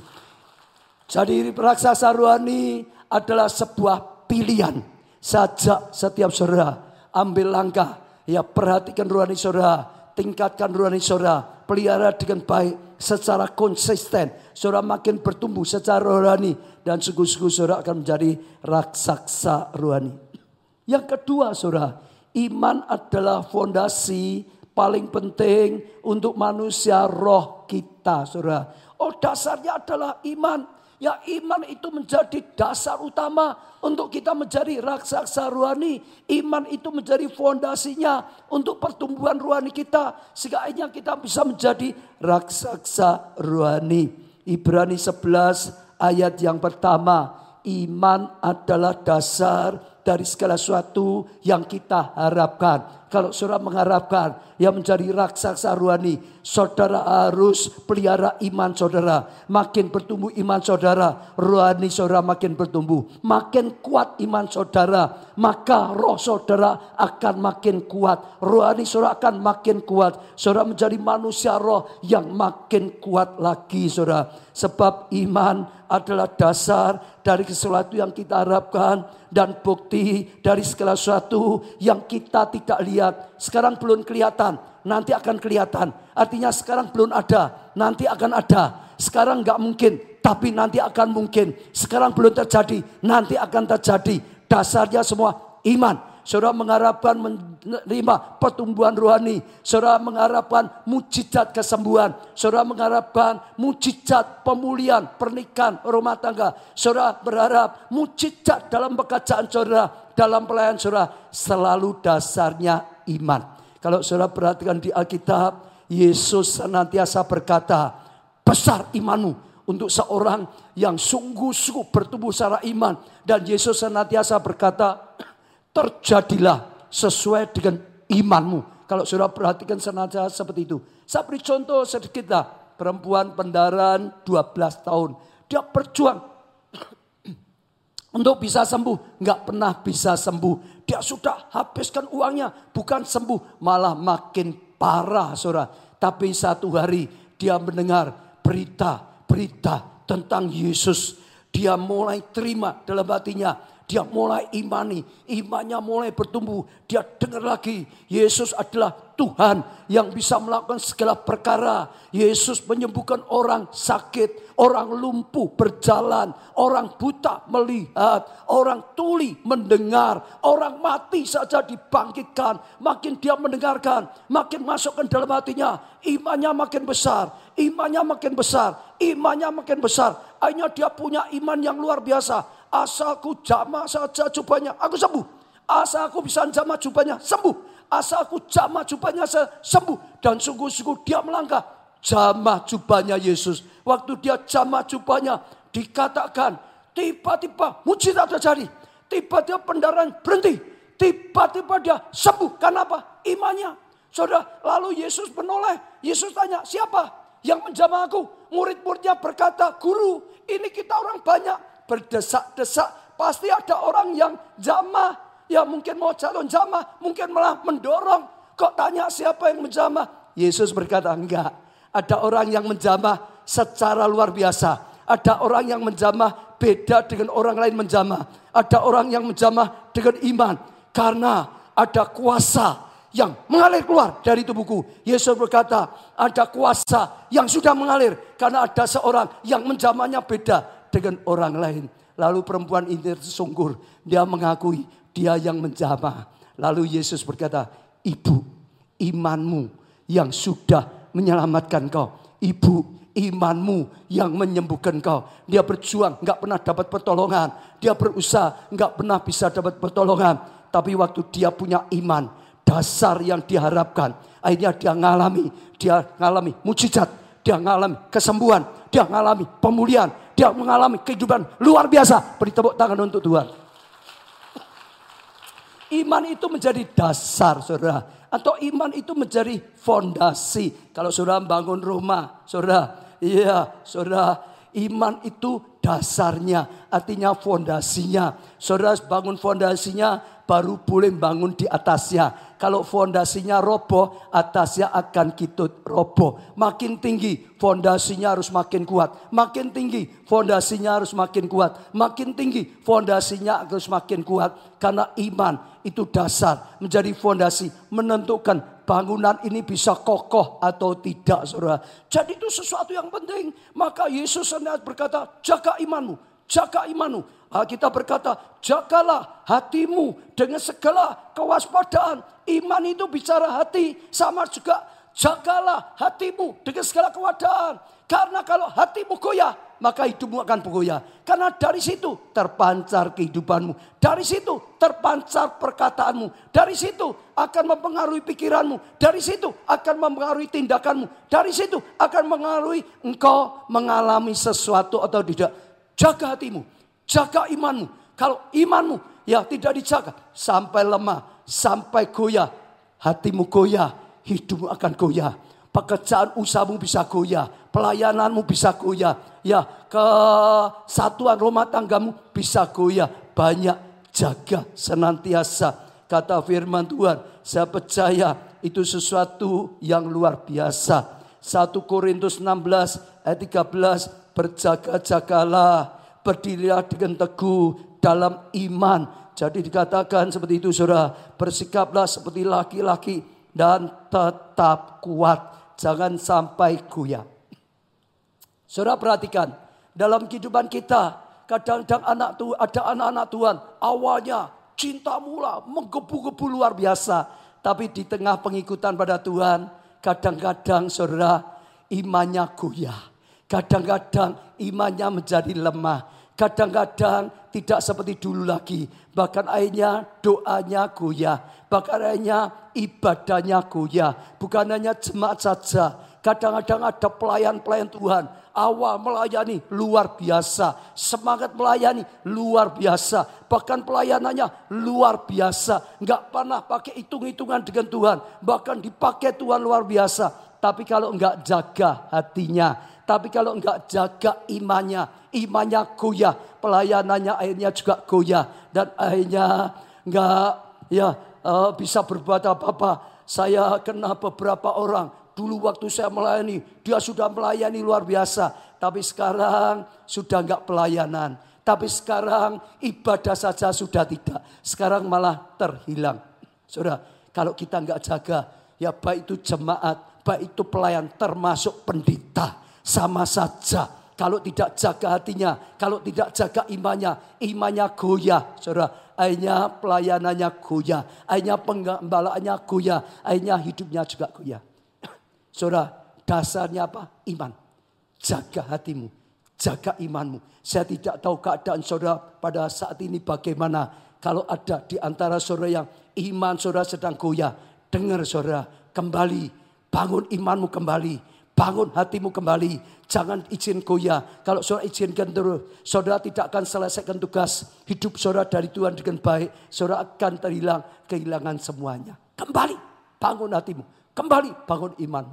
Jadi raksasa rohani adalah sebuah pilihan. Sajak setiap saudara ambil langkah. Perhatikan rohani saudara. Tingkatkan rohani saudara. Pelihara dengan baik secara konsisten. Saudara makin bertumbuh secara rohani. Dan sungguh-sungguh saudara akan menjadi raksasa rohani. Yang kedua saudara, iman adalah fondasi paling penting untuk manusia roh kita, saudara. Dasarnya adalah iman. Iman itu menjadi dasar utama untuk kita menjadi raksasa rohani. Iman itu menjadi fondasinya untuk pertumbuhan rohani kita. Sehingga akhirnya kita bisa menjadi raksasa rohani. Ibrani 11 ayat yang pertama. Iman adalah dasar dari segala sesuatu yang kita harapkan. Kalau saudara mengharapkan yang menjadi raksasa rohani, saudara harus pelihara iman saudara. Makin bertumbuh iman saudara, rohani saudara makin bertumbuh. Makin kuat iman saudara, maka roh saudara akan makin kuat. Rohani saudara akan makin kuat. Saudara menjadi manusia roh yang makin kuat lagi saudara. Sebab iman adalah dasar dari sesuatu yang kita harapkan dan bukti dari segala sesuatu yang kita tidak lihat. Sekarang belum kelihatan, nanti akan kelihatan. Artinya sekarang belum ada, nanti akan ada. Sekarang enggak mungkin, tapi nanti akan mungkin. Sekarang belum terjadi, nanti akan terjadi. Dasarnya semua iman. Saudara mengharapkan menerima pertumbuhan rohani. Saudara mengharapkan mujizat kesembuhan. Saudara mengharapkan mujizat pemulihan, pernikahan, rumah tangga. Saudara berharap mujizat dalam pekerjaan saudara, dalam pelayanan saudara. Selalu dasarnya iman. Kalau saudara perhatikan di Alkitab, Yesus senantiasa berkata, besar imanmu untuk seorang yang sungguh-sungguh bertumbuh secara iman. Dan Yesus senantiasa berkata, terjadilah sesuai dengan imanmu. Kalau saudara perhatikan senantiasa seperti itu. Saya beri contoh sedikit lah. Perempuan pendaran 12 tahun. Dia berjuang untuk bisa sembuh. Nggak pernah bisa sembuh. Dia sudah habiskan uangnya. Bukan sembuh, malah makin parah saudara. Tapi satu hari dia mendengar berita tentang Yesus. Dia mulai terima dalam hatinya. Dia mulai imani, imannya mulai bertumbuh. Dia dengar lagi, Yesus adalah Tuhan yang bisa melakukan segala perkara. Yesus menyembuhkan orang sakit, orang lumpuh berjalan, orang buta melihat, orang tuli mendengar, orang mati saja dibangkitkan. Makin dia mendengarkan, makin masukkan dalam hatinya, imannya makin besar, imannya makin besar, imannya makin besar. Akhirnya dia punya iman yang luar biasa. Asalku jamah saja jubahnya, aku sembuh. Asal aku bisa jamah jubahnya, sembuh. Asal aku jamah jubahnya, sembuh. Dan sungguh-sungguh dia melangkah, jamah jubahnya Yesus. Waktu dia jamah jubahnya, dikatakan tiba-tiba mujizat terjadi. Tiba-tiba pendarahan berhenti. Tiba-tiba dia sembuh. Karena apa? Imannya. Saudara, lalu Yesus menoleh. Yesus tanya, siapa yang menjamah aku? Murid-muridnya berkata, guru, ini kita orang banyak. Berdesak-desak, pasti ada orang yang jamah. Ya mungkin mau calon jamah, mungkin malah mendorong. Kok tanya siapa yang menjamah? Yesus berkata, enggak. Ada orang yang menjamah secara luar biasa. Ada orang yang menjamah beda dengan orang lain menjamah. Ada orang yang menjamah dengan iman. Karena ada kuasa yang mengalir keluar dari tubuhku. Yesus berkata, ada kuasa yang sudah mengalir. Karena ada seorang yang menjamahnya beda dengan orang lain. Lalu perempuan ini tersungkur. Dia mengakui dia yang menjamah. Lalu Yesus berkata, ibu, imanmu yang sudah menyelamatkan kau. Ibu, imanmu yang menyembuhkan kau. Dia berjuang, gak pernah dapat pertolongan. Dia berusaha, gak pernah bisa dapat pertolongan. Tapi waktu dia punya iman, dasar yang diharapkan, akhirnya dia ngalami mujizat. Dia ngalami kesembuhan. Dia ngalami pemulihan. Dia mengalami kehidupan luar biasa. Beri tepuk tangan untuk Tuhan. Iman itu menjadi dasar saudara. Atau iman itu menjadi fondasi. Kalau saudara bangun rumah. Saudara, iman itu dasarnya. Artinya fondasinya. Saudara bangun fondasinya, baru boleh bangun di atasnya. Kalau fondasinya roboh, atasnya akan kitut roboh. Makin tinggi, fondasinya harus makin kuat. Makin tinggi, fondasinya harus makin kuat. Makin tinggi, fondasinya harus makin kuat. Karena iman itu dasar, menjadi fondasi, menentukan bangunan ini bisa kokoh atau tidak, saudara. Jadi itu sesuatu yang penting. Maka Yesus sendiri berkata, jaga imanmu. Jaga imanmu. Kita berkata, jagalah hatimu dengan segala kewaspadaan. Iman itu bicara hati. Sama juga, jagalah hatimu dengan segala kewaspadaan. Karena kalau hatimu goyah, maka hidupmu akan bergoyah. Karena dari situ terpancar kehidupanmu. Dari situ terpancar perkataanmu. Dari situ akan mempengaruhi pikiranmu. Dari situ akan mempengaruhi tindakanmu. Dari situ akan mempengaruhi engkau mengalami sesuatu atau tidak. Jaga hatimu, jaga imanmu. Kalau imanmu ya tidak dijaga, sampai lemah, sampai goyah, hatimu goyah, hidupmu akan goyah. Pekerjaan usahamu bisa goyah, pelayananmu bisa goyah, ya kesatuan rumah tanggamu bisa goyah. Banyak jaga senantiasa. Kata firman Tuhan, saya percaya itu sesuatu yang luar biasa. 1 Korintus 16 ayat 13, berjaga-jagalah, berdirilah dengan teguh dalam iman. Jadi dikatakan seperti itu saudara, bersikaplah seperti laki-laki dan tetap kuat, jangan sampai goyah. Saudara perhatikan, dalam kehidupan kita, kadang-kadang ada anak-anak Tuhan, awalnya cinta mula, menggebu-gebu luar biasa. Tapi di tengah pengikutan pada Tuhan, kadang-kadang saudara, imannya goyah. Kadang-kadang imannya menjadi lemah. Kadang-kadang tidak seperti dulu lagi. Bahkan akhirnya doanya goyah. Bahkan akhirnya ibadahnya goyah. Bukan hanya jemaat saja. Kadang-kadang ada pelayan-pelayan Tuhan. Awal melayani luar biasa. Semangat melayani luar biasa. Bahkan pelayanannya luar biasa. Enggak pernah pakai hitung-hitungan dengan Tuhan. Bahkan dipakai Tuhan luar biasa. Tapi kalau enggak jaga hatinya. Tapi kalau enggak jaga imannya goyah. Pelayanannya akhirnya juga goyah. Dan akhirnya enggak bisa berbuat apa-apa. Saya kenal beberapa orang. Dulu waktu saya melayani, dia sudah melayani luar biasa. Tapi sekarang sudah enggak pelayanan. Tapi sekarang ibadah saja sudah tidak. Sekarang malah terhilang. Saudara, kalau kita enggak jaga, ya baik itu jemaat, baik itu pelayan, termasuk pendeta. Sama saja, kalau tidak jaga hatinya, kalau tidak jaga imannya goyah. Saudara, akhirnya pelayanannya goyah, akhirnya penggembalaannya goyah, akhirnya hidupnya juga goyah. Saudara, dasarnya apa? Iman. Jaga hatimu, jaga imanmu. Saya tidak tahu keadaan saudara pada saat ini bagaimana. Kalau ada di antara saudara yang iman saudara sedang goyah, dengar saudara, kembali, bangun imanmu kembali. Bangun hatimu kembali. Jangan izin goyah. Kalau saudara izinkan terus, saudara tidak akan selesaikan tugas hidup saudara dari Tuhan dengan baik. Saudara akan kehilangan semuanya. Kembali, bangun hatimu. Kembali, bangun imanmu.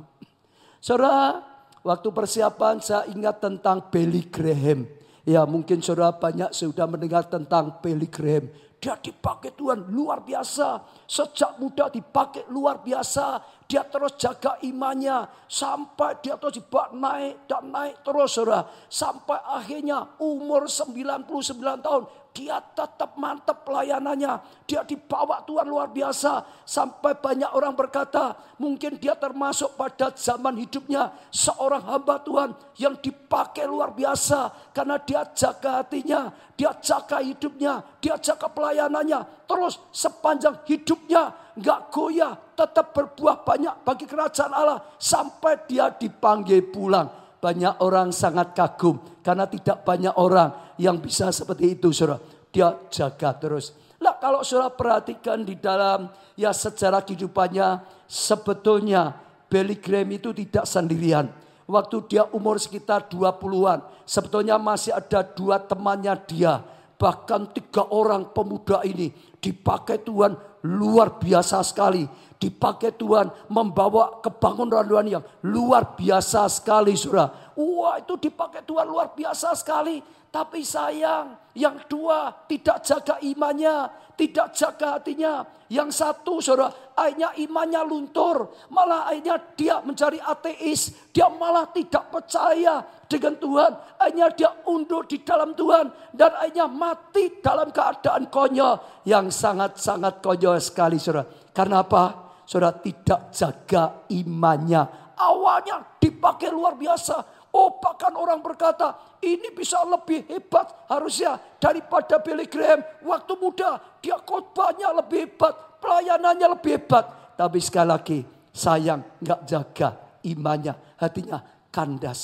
Saudara, waktu persiapan saya ingat tentang Billy Graham. Ya, mungkin saudara banyak sudah mendengar tentang Billy Graham. Dia dipakai Tuhan luar biasa. Sejak muda dipakai luar biasa. Dia terus jaga imannya. Sampai dia terus dibawa naik dan naik terus saudara. Sampai akhirnya umur 99 tahun. Dia tetap mantap pelayanannya. Dia dibawa Tuhan luar biasa. Sampai banyak orang berkata. Mungkin dia termasuk pada zaman hidupnya. Seorang hamba Tuhan yang dipakai luar biasa. Karena dia jaga hatinya. Dia jaga hidupnya. Dia jaga pelayanannya. Terus sepanjang hidupnya. Enggak goyah. Tetap berbuah banyak bagi kerajaan Allah. Sampai dia dipanggil pulang. Banyak orang sangat kagum. Karena tidak banyak orang yang bisa seperti itu saudara. Dia jaga terus. Lah kalau saudara perhatikan di dalam sejarah kehidupannya. Sebetulnya Billy Graham itu tidak sendirian. Waktu dia umur sekitar 20-an. Sebetulnya masih ada 2 temannya dia. Bahkan 3 orang pemuda ini dipakai Tuhan luar biasa sekali. Dipakai Tuhan membawa kebangunan rohani yang luar biasa sekali saudara. Wah itu dipakai Tuhan luar biasa sekali. Tapi sayang yang 2 tidak jaga imannya. Tidak jaga hatinya. Yang 1 saudara akhirnya imannya luntur. Malah akhirnya dia menjadi ateis. Dia malah tidak percaya dengan Tuhan. Akhirnya dia undur di dalam Tuhan. Dan akhirnya mati dalam keadaan konyol. Yang sangat-sangat konyol sekali saudara. Karena apa? Saudara tidak jaga imannya. Awalnya dipakai luar biasa. Oh bahkan orang berkata ini bisa lebih hebat harusnya daripada Billy Graham. Waktu muda dia khotbahnya lebih hebat. Pelayanannya lebih hebat. Tapi sekali lagi sayang gak jaga imannya. Hatinya kandas.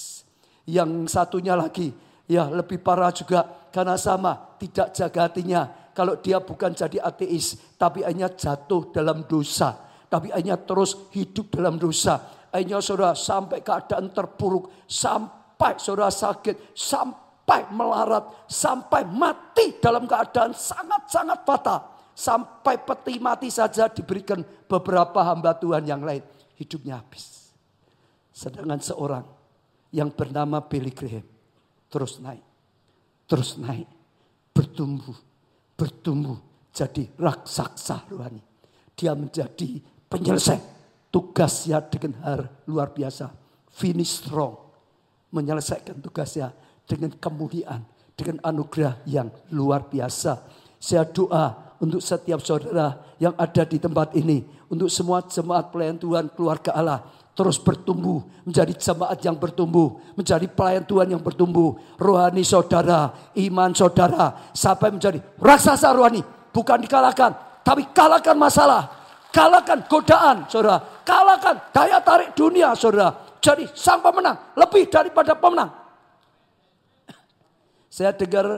Yang satunya lagi lebih parah juga. Karena sama tidak jaga hatinya. Kalau dia bukan jadi ateis. Tapi hanya jatuh dalam dosa. Tapi hanya terus hidup dalam dosa. Akhirnya saudara sampai keadaan terpuruk. Sampai saudara sakit. Sampai melarat. Sampai mati dalam keadaan sangat-sangat fatal. Sampai peti mati saja diberikan beberapa hamba Tuhan yang lain. Hidupnya habis. Sedangkan seorang yang bernama Billy Graham. Terus naik. Terus naik. Bertumbuh. Bertumbuh. Jadi raksasa rohani. Dia menjadi penyelesai. Tugasnya dengan luar biasa. Finish strong. Menyelesaikan tugasnya dengan kemuliaan. Dengan anugerah yang luar biasa. Saya doa untuk setiap saudara yang ada di tempat ini. Untuk semua jemaat pelayan Tuhan keluarga Allah. Terus bertumbuh. Menjadi jemaat yang bertumbuh. Menjadi pelayan Tuhan yang bertumbuh. Rohani saudara. Iman saudara. Sampai menjadi raksasa rohani. Bukan dikalahkan. Tapi kalahkan masalah. Kalahkan godaan, saudara. Kalahkan daya tarik dunia, saudara. Jadi sang pemenang lebih daripada pemenang. Saya dengar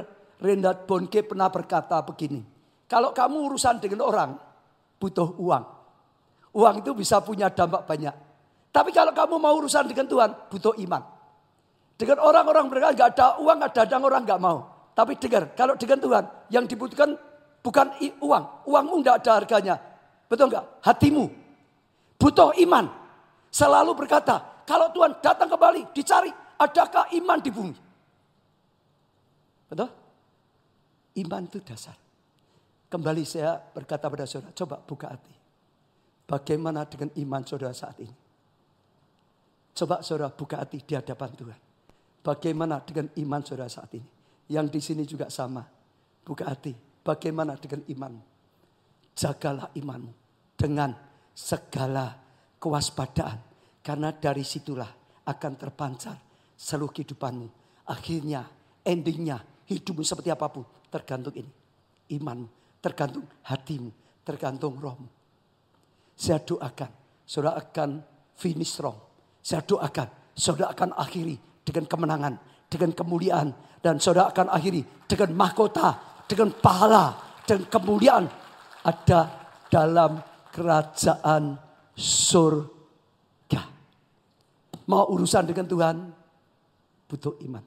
Reinhard Bonnke pernah berkata begini. Kalau kamu urusan dengan orang, butuh uang. Uang itu bisa punya dampak banyak. Tapi kalau kamu mau urusan dengan Tuhan, butuh iman. Dengan orang-orang mereka nggak ada uang, nggak dadang orang nggak mau. Tapi dengar, kalau dengan Tuhan, yang dibutuhkan bukan uang. Uangmu nggak ada harganya. Betul nggak? Hatimu. Butuh iman. Selalu berkata, kalau Tuhan datang kembali, dicari, adakah iman di bumi? Betul? Iman itu dasar. Kembali saya berkata pada saudara, coba buka hati. Bagaimana dengan iman saudara saat ini? Coba saudara buka hati di hadapan Tuhan. Bagaimana dengan iman saudara saat ini? Yang di sini juga sama. Buka hati. Bagaimana dengan imanmu? Jagalah imanmu dengan segala kewaspadaan. Karena dari situlah akan terpancar seluruh kehidupanmu. Akhirnya, endingnya, hidupmu seperti apapun. Tergantung ini. Imanmu. Tergantung hatimu. Tergantung rohmu. Saya doakan. Saudara akan finish strong. Saya doakan. Saudara akan akhiri dengan kemenangan. Dengan kemuliaan. Dan saudara akan akhiri dengan mahkota. Dengan pahala. Dan kemuliaan. Ada dalam kerajaan surga. Mau urusan dengan Tuhan. Butuh iman.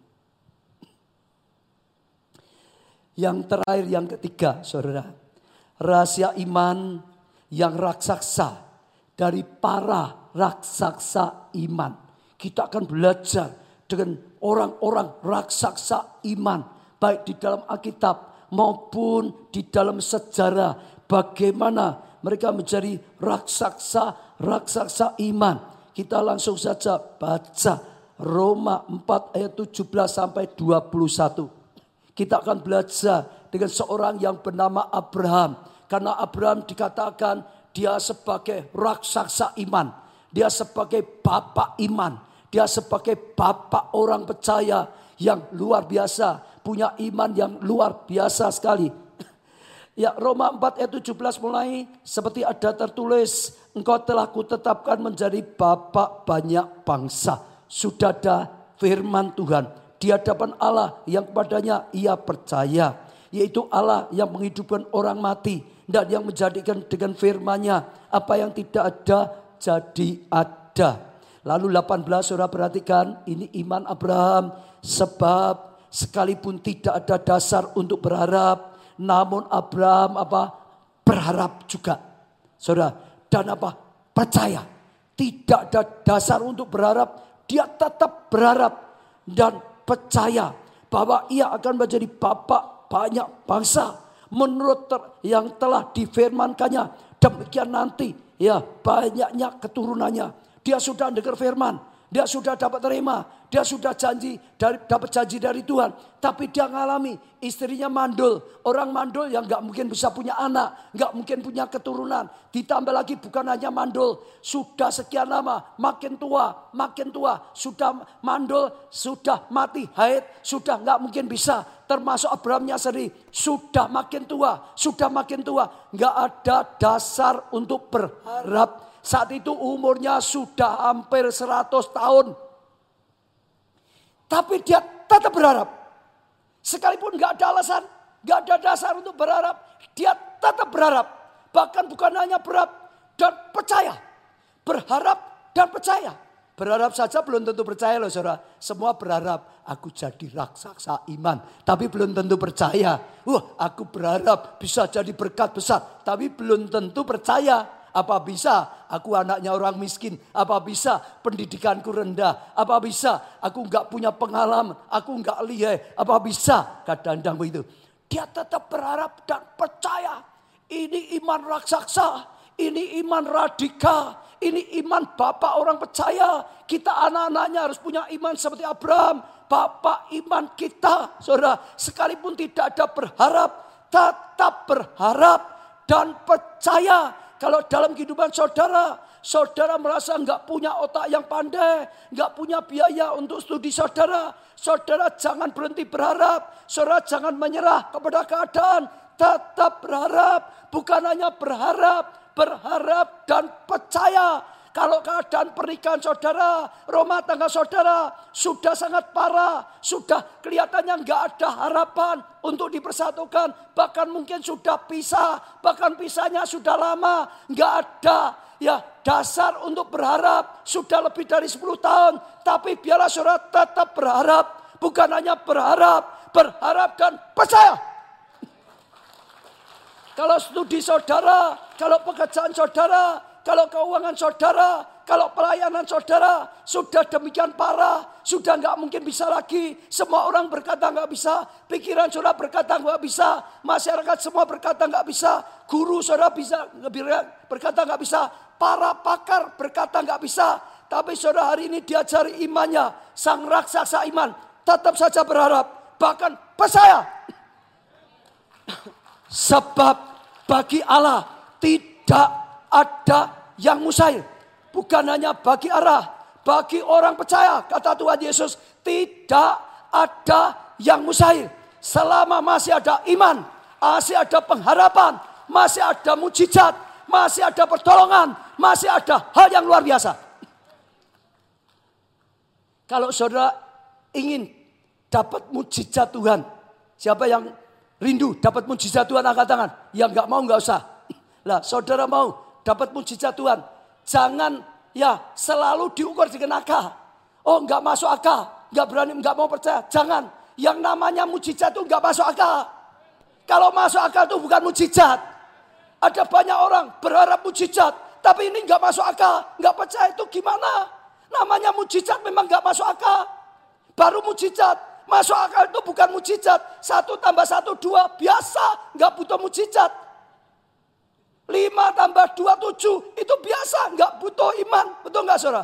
Yang terakhir, yang ketiga, saudara. Rahasia iman yang raksasa dari para raksasa iman. Kita akan belajar dengan orang-orang raksasa iman. Baik di dalam Alkitab maupun di dalam sejarah. Bagaimana mereka menjadi raksasa iman. Kita langsung saja baca Roma 4 ayat 17 sampai 21. Kita akan belajar dengan seorang yang bernama Abraham. Karena Abraham dikatakan dia sebagai raksasa iman. Dia sebagai bapak iman. Dia sebagai bapak orang percaya yang luar biasa. Punya iman yang luar biasa sekali. Ya, Roma 4 ayat 17 mulai seperti ada tertulis. Engkau telah kutetapkan menjadi bapak banyak bangsa. Sudah ada firman Tuhan. Di hadapan Allah yang kepadanya ia percaya. Yaitu Allah yang menghidupkan orang mati. Dan yang menjadikan dengan firman-Nya. Apa yang tidak ada jadi ada. Lalu 18 saudara perhatikan. Ini iman Abraham. Sebab sekalipun tidak ada dasar untuk berharap. Namun Abraham berharap juga. Saudara. Dan percaya. Tidak ada dasar untuk berharap. Dia tetap berharap. Dan percaya bahwa ia akan menjadi bapak banyak bangsa. Menurut yang telah difirmankannya. Demikian nanti ya banyaknya keturunannya. Dia sudah dengar firman. Dia sudah dapat terima. Dia sudah dapat janji dari Tuhan. Tapi dia ngalami istrinya mandul. Orang mandul yang gak mungkin bisa punya anak. Gak mungkin punya keturunan. Ditambah lagi bukan hanya mandul. Sudah sekian lama. Makin tua. Sudah mandul. Sudah mati haid. Sudah gak mungkin bisa. Termasuk Abrahamnya sendiri. Sudah makin tua. Gak ada dasar untuk berharap. Saat itu umurnya sudah hampir 100 tahun. Tapi dia tetap berharap. Sekalipun gak ada alasan, gak ada dasar untuk berharap. Dia tetap berharap. Bahkan bukan hanya berharap dan percaya. Berharap dan percaya. Berharap saja belum tentu percaya loh saudara. Semua berharap aku jadi raksasa iman. Tapi belum tentu percaya. Aku berharap bisa jadi berkat besar. Tapi belum tentu percaya. Apa bisa aku anaknya orang miskin? Apa bisa pendidikanku rendah? Apa bisa aku enggak punya pengalaman? Aku enggak lihai? Apa bisa? Kadang-kadang begitu. Dia tetap berharap dan percaya. Ini iman raksasa. Ini iman radikal. Ini iman bapak orang percaya. Kita anak-anaknya harus punya iman seperti Abraham. Bapak iman kita. Saudara, sekalipun tidak ada berharap. Tetap berharap dan percaya. Kalau dalam kehidupan saudara merasa enggak punya otak yang pandai, enggak punya biaya untuk studi saudara jangan berhenti berharap, saudara jangan menyerah kepada keadaan, tetap berharap, bukan hanya berharap dan percaya. kalau keadaan pernikahan saudara, rumah tangga saudara sudah sangat parah, sudah kelihatannya nggak ada harapan untuk dipersatukan, bahkan mungkin sudah pisah, bahkan pisahnya sudah lama, nggak ada ya dasar untuk berharap, sudah lebih dari 10 tahun, tapi biarlah saudara tetap berharap, bukan hanya berharap dan percaya. Kalau studi saudara, kalau pekerjaan saudara, kalau keuangan saudara, kalau pelayanan saudara sudah demikian parah, sudah nggak mungkin bisa lagi. Semua orang berkata nggak bisa, pikiran saudara berkata nggak bisa, masyarakat semua berkata nggak bisa, guru saudara bisa berkata nggak bisa, para pakar berkata nggak bisa. Tapi saudara hari ini diajari imannya, sang raksasa iman, tetap saja berharap, bahkan percaya. Sebab bagi Allah tidak ada yang mustahil. Bukan hanya bagi Allah, bagi orang percaya. Kata Tuhan Yesus, tidak ada yang mustahil. Selama masih ada iman, masih ada pengharapan, masih ada mujizat, masih ada pertolongan, masih ada hal yang luar biasa. Kalau saudara ingin dapat mujizat Tuhan, siapa yang rindu dapat mujizat Tuhan, angkat tangan. Yang gak mau gak usah. Lah saudara mau dapat mujizat Tuhan, jangan ya selalu diukur dengan akal. Oh gak masuk akal, gak berani, gak mau percaya. Jangan, yang namanya mujizat itu gak masuk akal. Kalau masuk akal itu bukan mujizat. Ada banyak orang berharap mujizat, tapi ini gak masuk akal, gak percaya, itu gimana? Namanya mujizat memang gak masuk akal. Baru mujizat. Masuk akal itu bukan mujizat. 1 + 1 2 biasa, nggak butuh mujizat. 5 + 2 7 itu biasa, nggak butuh iman. Betul nggak saudara?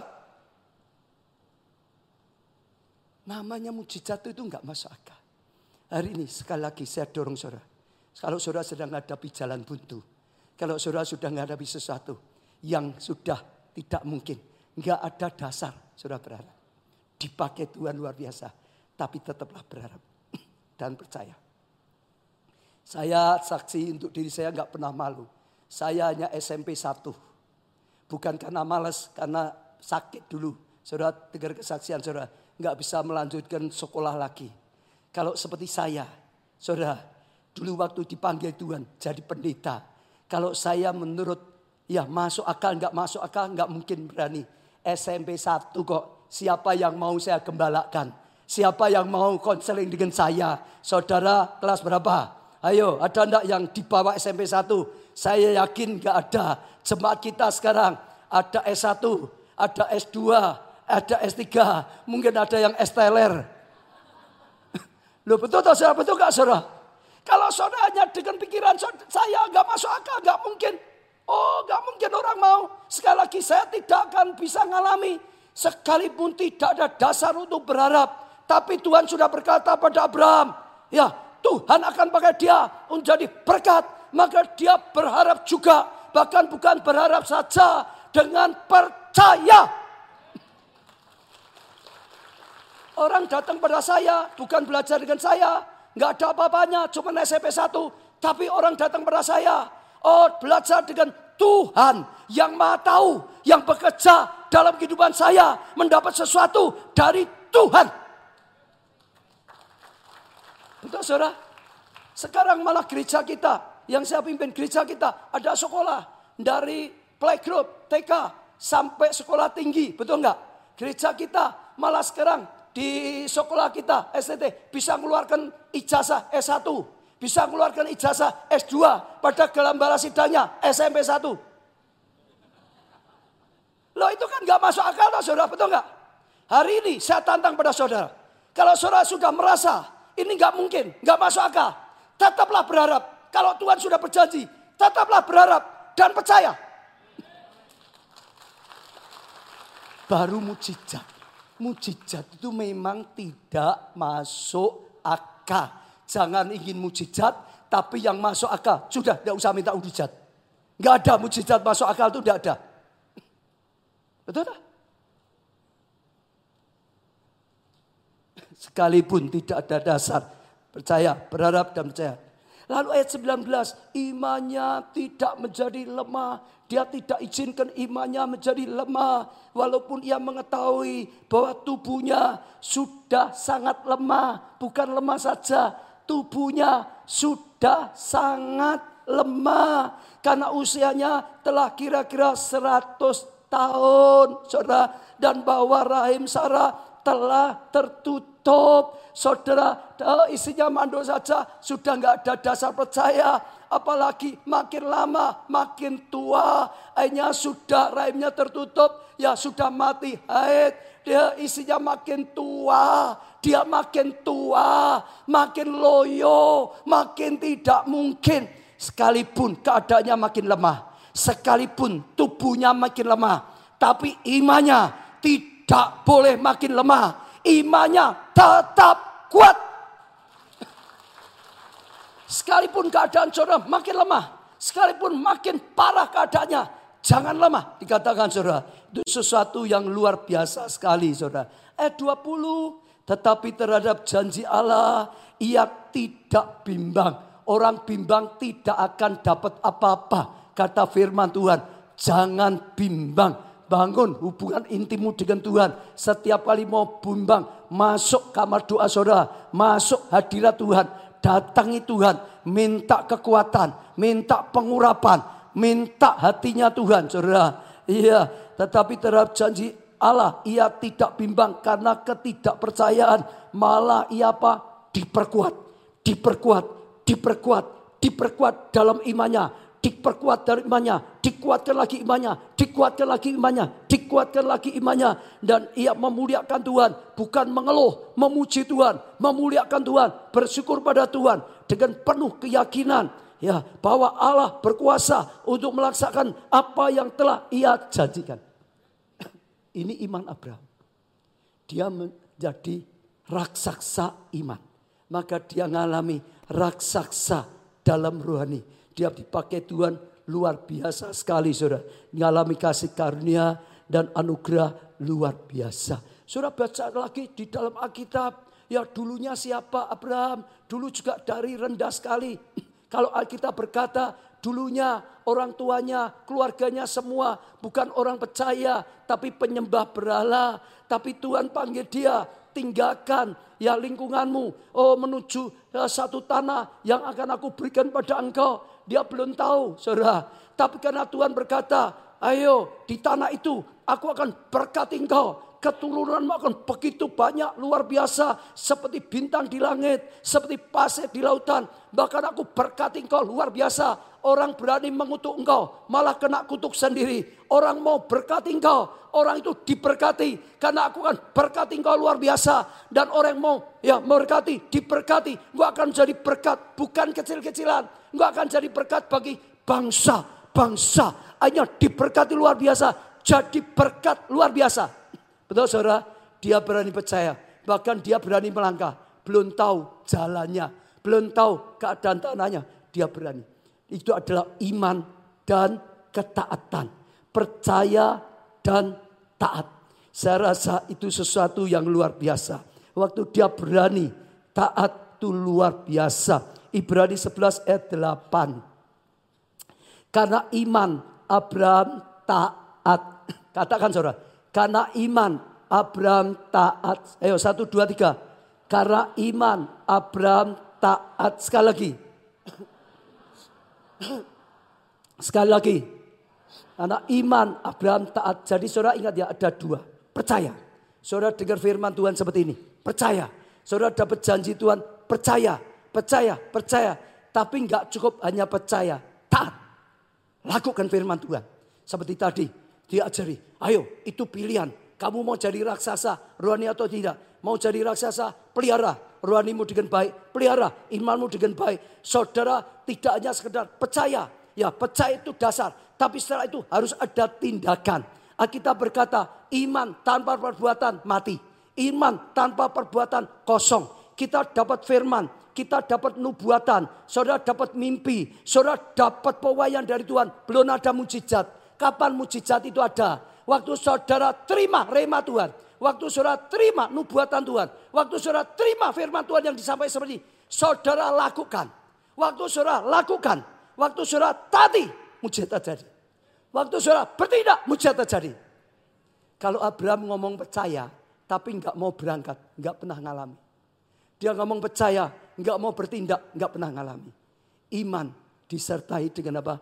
Namanya mujizat itu nggak masuk akal. Hari ini sekali lagi saya dorong saudara. Kalau saudara sedang menghadapi jalan buntu, kalau saudara sudah menghadapi sesuatu yang sudah tidak mungkin, nggak ada dasar, saudara berharap dipakai Tuhan luar biasa. Tapi tetaplah berharap dan percaya. Saya saksi untuk diri saya gak pernah malu. Saya hanya SMP 1. Bukan karena malas, karena sakit dulu. Saudara dengar kesaksian saudara, gak bisa melanjutkan sekolah lagi. Kalau seperti saya, saudara, dulu waktu dipanggil Tuhan jadi pendeta. Kalau saya menurut ya masuk akal, gak masuk akal, gak mungkin berani. SMP 1 kok, siapa yang mau saya gembalakan? Siapa yang mau konseling dengan saya? Saudara kelas berapa? Ayo, ada enggak yang di bawah SMP 1? Saya yakin enggak ada. Jemaat kita sekarang ada S1, ada S2, ada S3. Mungkin ada yang S-teler. Loh betul atau saudara? Betul enggak saudara? Kalau saudara hanya dengan pikiran saya enggak masuk akal, enggak mungkin. Oh enggak mungkin orang mau. Sekali lagi saya tidak akan bisa ngalami. Sekalipun tidak ada dasar untuk berharap. Tapi Tuhan sudah berkata pada Abraham, ya Tuhan akan pakai dia menjadi berkat. Maka dia berharap juga, bahkan bukan berharap saja, dengan percaya. Orang datang pada saya, bukan belajar dengan saya, nggak ada apa-apanya, cuma SMP 1. Tapi orang datang pada saya, oh belajar dengan Tuhan yang Maha Tahu, yang bekerja dalam kehidupan saya, mendapat sesuatu dari Tuhan. Betul saudara? Sekarang malah gereja kita, yang saya pimpin gereja kita, ada sekolah. Dari playgroup, TK, sampai sekolah tinggi. Betul enggak? Gereja kita malah sekarang di sekolah kita, STT, bisa mengeluarkan ijazah S1. Bisa mengeluarkan ijazah S2. Pada gambaran sidangnya SMP 1. Loh itu kan enggak masuk akal loh saudara, betul enggak? Hari ini saya tantang pada saudara. Kalau saudara sudah merasa ini gak mungkin, gak masuk akal, tetaplah berharap. Kalau Tuhan sudah berjanji, tetaplah berharap dan percaya. Baru mujizat. Mujizat itu memang tidak masuk akal. Jangan ingin mujizat, tapi yang masuk akal. Sudah, tidak usah minta mujizat. Gak ada mujizat masuk akal itu, tidak ada. Betul tak? Sekalipun tidak ada dasar, percaya, berharap dan percaya. Lalu ayat 19, imannya tidak menjadi lemah. Dia tidak izinkan imannya menjadi lemah. Walaupun ia mengetahui bahwa tubuhnya sudah sangat lemah. Bukan lemah saja, tubuhnya sudah sangat lemah. Karena usianya telah kira-kira 100 tahun. Saudara, dan bahwa rahim Sarah telah tertutup. Saudara, isinya mandul saja sudah nggak ada dasar percaya. Apalagi makin lama makin tua. Akhirnya sudah rahimnya tertutup. Ya sudah mati haid. Dia isinya makin tua. Dia makin tua. Makin loyo. Makin tidak mungkin. Sekalipun keadaannya makin lemah. Sekalipun tubuhnya makin lemah. Tapi imannya tidak boleh makin lemah. Imannya tetap kuat. Sekalipun keadaan saudara makin lemah. Sekalipun makin parah keadaannya. Jangan lemah. Dikatakan saudara. Itu sesuatu yang luar biasa sekali saudara. Ayat 20. Tetapi terhadap janji Allah. Ia tidak bimbang. Orang bimbang tidak akan dapat apa-apa. Kata firman Tuhan. Jangan bimbang. Bangun hubungan intimmu dengan Tuhan. Setiap kali mau bimbang. Masuk kamar doa saudara. Masuk hadirat Tuhan. Datangi Tuhan, minta kekuatan, minta pengurapan, minta hatinya Tuhan, saudara. Iya, tetapi terhadap janji Allah, ia tidak bimbang karena ketidakpercayaan. Malah ia apa? Diperkuat, diperkuat, diperkuat, diperkuat dalam imannya. Diperkuat dari imannya, dikuatkan lagi imannya, dikuatkan lagi imannya, dikuatkan lagi imannya. Dan ia memuliakan Tuhan, bukan mengeluh, memuji Tuhan, memuliakan Tuhan, bersyukur pada Tuhan dengan penuh keyakinan ya bahwa Allah berkuasa untuk melaksanakan apa yang telah ia janjikan. Ini iman Abraham. Dia menjadi raksasa iman. Maka dia mengalami raksasa dalam rohani. Dia dipakai Tuhan luar biasa sekali saudara. Mengalami kasih karunia dan anugerah luar biasa. Saudara baca lagi di dalam Alkitab. Ya dulunya siapa Abraham? Dulu juga dari rendah sekali. Kalau Alkitab berkata dulunya orang tuanya, keluarganya semua bukan orang percaya. Tapi penyembah berhala. Tapi Tuhan panggil dia. Tinggalkan ya lingkunganmu. Oh menuju satu tanah yang akan aku berikan pada engkau. Dia belum tahu saudara. Tapi karena Tuhan berkata, ayo di tanah itu aku akan berkati engkau. Keturunanmu akan begitu banyak luar biasa. Seperti bintang di langit. Seperti pasir di lautan. Bahkan aku berkati engkau luar biasa. Orang berani mengutuk engkau. Malah kena kutuk sendiri. Orang mau berkati engkau. Orang itu diberkati. Karena aku akan berkati engkau luar biasa. Dan orang mau ya memberkati, diberkati. Engkau akan jadi berkat. Bukan kecil-kecilan. Engkau akan jadi berkat bagi bangsa-bangsa. Hanya diberkati luar biasa. Jadi berkat luar biasa. Betul saudara? Dia berani percaya. Bahkan dia berani melangkah. Belum tahu jalannya. Belum tahu keadaan tanahnya. Dia berani. Itu adalah iman dan ketaatan. Percaya dan taat. Saya rasa itu sesuatu yang luar biasa. Waktu dia berani, taat itu luar biasa. Ibrani 11 ayat 8. Karena iman Abraham taat. Katakan saudara. Karena iman Abraham taat. Ayo 1, 2, 3. Karena iman Abraham taat. Sekali lagi. Sekali lagi. Karena iman Abraham taat. Jadi saudara ingat ya ada 2. Percaya. Saudara dengar firman Tuhan seperti ini. Percaya. Saudara dapat janji Tuhan. Percaya. Percaya. Percaya. Tapi enggak cukup hanya percaya. Taat. Lakukan firman Tuhan. Seperti tadi. Diajari. Ayo itu pilihan. Kamu mau jadi raksasa rohani atau tidak. Mau jadi raksasa pelihara rohanimu dengan baik. Pelihara imanmu dengan baik. Saudara tidak hanya sekedar percaya. Ya percaya itu dasar. Tapi setelah itu harus ada tindakan. Alkitab berkata iman tanpa perbuatan mati. Iman tanpa perbuatan kosong. Kita dapat firman. Kita dapat nubuatan. Saudara dapat mimpi. Saudara dapat pewahyuan dari Tuhan. Belum ada mujizat. Kapan mujizat itu ada? Waktu saudara terima rema Tuhan. Waktu saudara terima nubuatan Tuhan. Waktu saudara terima firman Tuhan yang disampaikan seperti ini. Saudara lakukan. Waktu saudara lakukan, waktu saudara taati, mujizat terjadi. Waktu saudara bertindak, mujizat terjadi. Kalau Abraham ngomong percaya, tapi nggak mau berangkat, nggak pernah ngalami. Dia ngomong percaya, nggak mau bertindak, nggak pernah ngalami. Iman disertai dengan apa?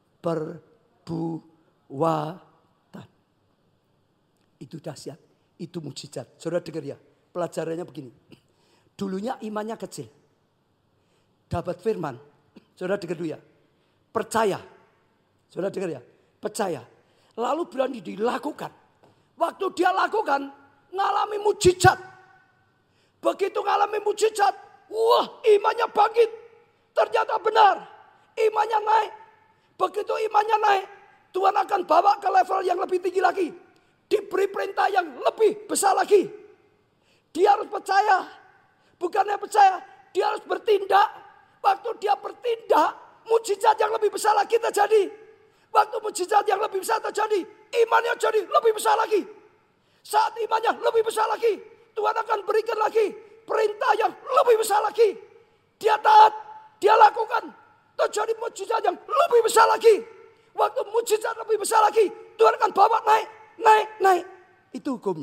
Perbuatan. Itu dahsyat, itu mujizat. Saudara dengar ya, pelajarannya begini. Dulunya imannya kecil. Dapat firman, saudara dengar dulu ya. Percaya, saudara dengar ya, percaya. Lalu berani dilakukan. Waktu dia lakukan, ngalami mujizat. Begitu ngalami mujizat, wah imannya bangkit. Ternyata benar, imannya naik. Begitu imannya naik, Tuhan akan bawa ke level yang lebih tinggi lagi. Diberi perintah yang lebih besar lagi. Dia harus percaya. Bukannya percaya, dia harus bertindak. Waktu dia bertindak, mujizat yang lebih besar lagi terjadi. Waktu mujizat yang lebih besar terjadi, imannya jadi lebih besar lagi. Saat imannya lebih besar lagi, Tuhan akan berikan lagi perintah yang lebih besar lagi. Dia taat, dia lakukan. Terjadi mujizat yang lebih besar lagi. Waktu mujizat lebih besar lagi, Tuhan akan bawa naik. Itu hukumnya.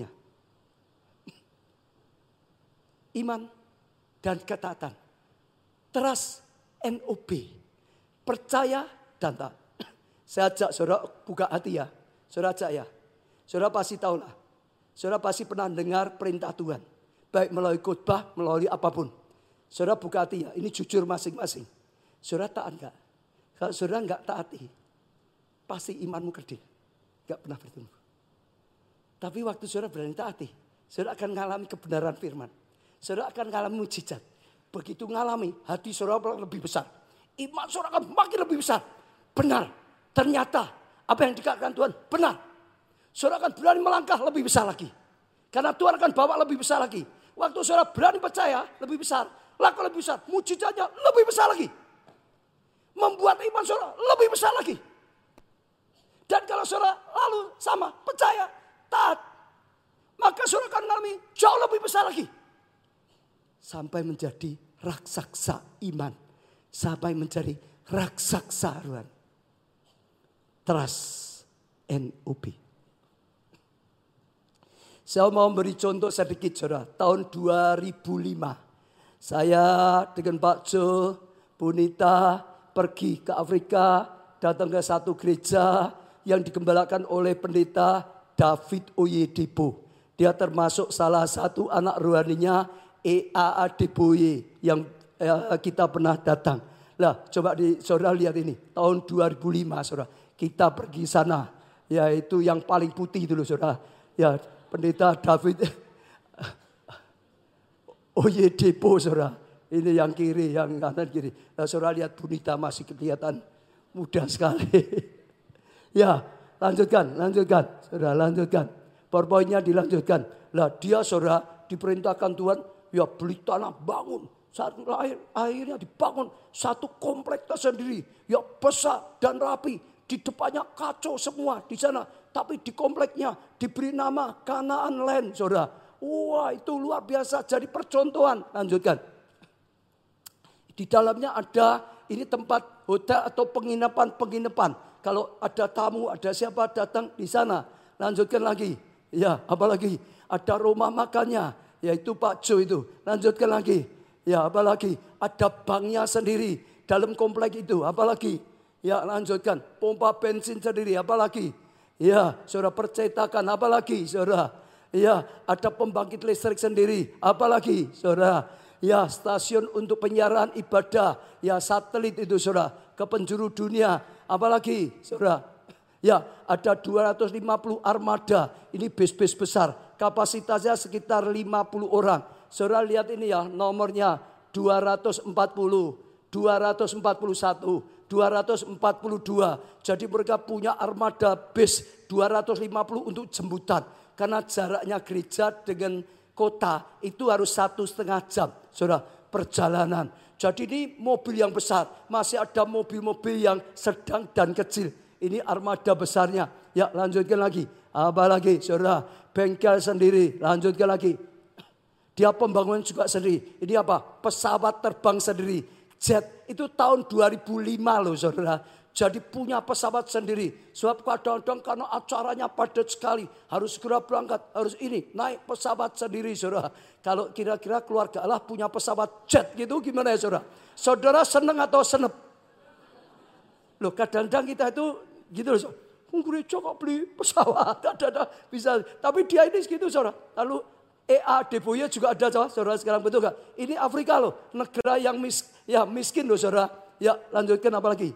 Iman dan ketaatan. Trust NOB. Percaya dan taat. Saya ajak saudara buka hati ya. Saudara ajak ya. Saudara pasti tahu lah. Saudara pasti pernah dengar perintah Tuhan. Baik melalui khotbah, melalui apapun. Saudara buka hati ya. Ini jujur masing-masing. Saudara taat enggak? Kalau saudara enggak taati, pasti imanmu kerdil. Enggak pernah bertumbuh. Tapi waktu saudara berani taati, saudara akan mengalami kebenaran firman. Saudara akan mengalami mujizat. Begitu mengalami, hati saudara lebih besar. Iman saudara akan makin lebih besar. Benar. Ternyata apa yang dikatakan Tuhan benar. Saudara akan berani melangkah lebih besar lagi. Karena Tuhan akan bawa lebih besar lagi. Waktu saudara berani percaya lebih besar. Laku lebih besar. Mujizatnya lebih besar lagi. Membuat iman saudara lebih besar lagi. Dan kalau saudara lalu sama percaya, taat. Maka saudara akan mengalami jauh lebih besar lagi. Sampai menjadi raksasa iman. Sampai menjadi raksasa rohani. Trust NOB. Saya mau beri contoh sedikit saudara. Tahun 2005. Saya dengan Pak Jo, Bunita pergi ke Afrika. Datang ke satu gereja yang digembalakan oleh pendeta David Oyedepo. Dia termasuk salah satu anak rohaninya EA Adeboye yang kita pernah datang. Lah coba saudara lihat ini. Tahun 2005 saudara. Kita pergi sana, yaitu yang paling putih dulu saudara. Ya, pendeta David Oyedepo saudara. Ini yang kiri, yang kanan kiri. Nah, saudara lihat Bunita masih kelihatan muda sekali. Ya, lanjutkan. Saudara lanjutkan. PowerPoint-nya dilanjutkan. Lah dia saudara diperintahkan Tuhan, ya beli tanah bangun. Saat akhirnya dibangun satu komplek tersendiri. Ya besar dan rapi. Di depannya kacau semua di sana. Tapi di kompleknya diberi nama Kanaan Land, saudara. Wah itu luar biasa, jadi percontohan. Lanjutkan. Di dalamnya ada ini tempat hotel atau penginapan. Kalau ada tamu, ada siapa datang di sana. Lanjutkan lagi. Ya apalagi ada rumah makannya. Yaitu Pak Jo itu. Lanjutkan lagi. Ya apalagi ada banknya sendiri dalam komplek itu. Apalagi. Ya lanjutkan, pompa bensin sendiri, apalagi? Ya, saudara percetakan, apalagi? Saudara, ya ada pembangkit listrik sendiri, apalagi? Saudara, ya stasiun untuk penyiaran ibadah, ya satelit itu saudara, ke penjuru dunia, apalagi? Saudara, ya ada 250 armada, ini bis-bis besar, kapasitasnya sekitar 50 orang. Saudara lihat ini ya, nomornya 240, 241, 242. Jadi mereka punya armada bis 250 untuk jemputan. Karena jaraknya gereja dengan kota itu harus 1,5 jam. Saudara, perjalanan. Jadi ini mobil yang besar. Masih ada mobil-mobil yang sedang dan kecil. Ini armada besarnya. Ya lanjutkan lagi. Apa lagi saudara? Bengkel sendiri. Lanjutkan lagi. Dia pembangunan juga sendiri. Ini apa? Pesawat terbang sendiri. jet itu tahun 2005 loh saudara. Jadi punya pesawat sendiri. Sebab kadang-kadang karena acaranya padat sekali. Harus segera berangkat, harus ini. Naik pesawat sendiri saudara. Kalau kira-kira keluarga Allah punya pesawat jet gitu gimana ya saudara? Saudara seneng atau senep? Loh kadang-kadang kita itu gitu loh saudara. Gereja kok beli pesawat, ada bisa. Tapi dia ini segitu saudara. Lalu EA Deboye juga ada saudara sekarang betul gak? Ini Afrika loh, negara yang miskin loh saudara. Ya lanjutkan apa lagi?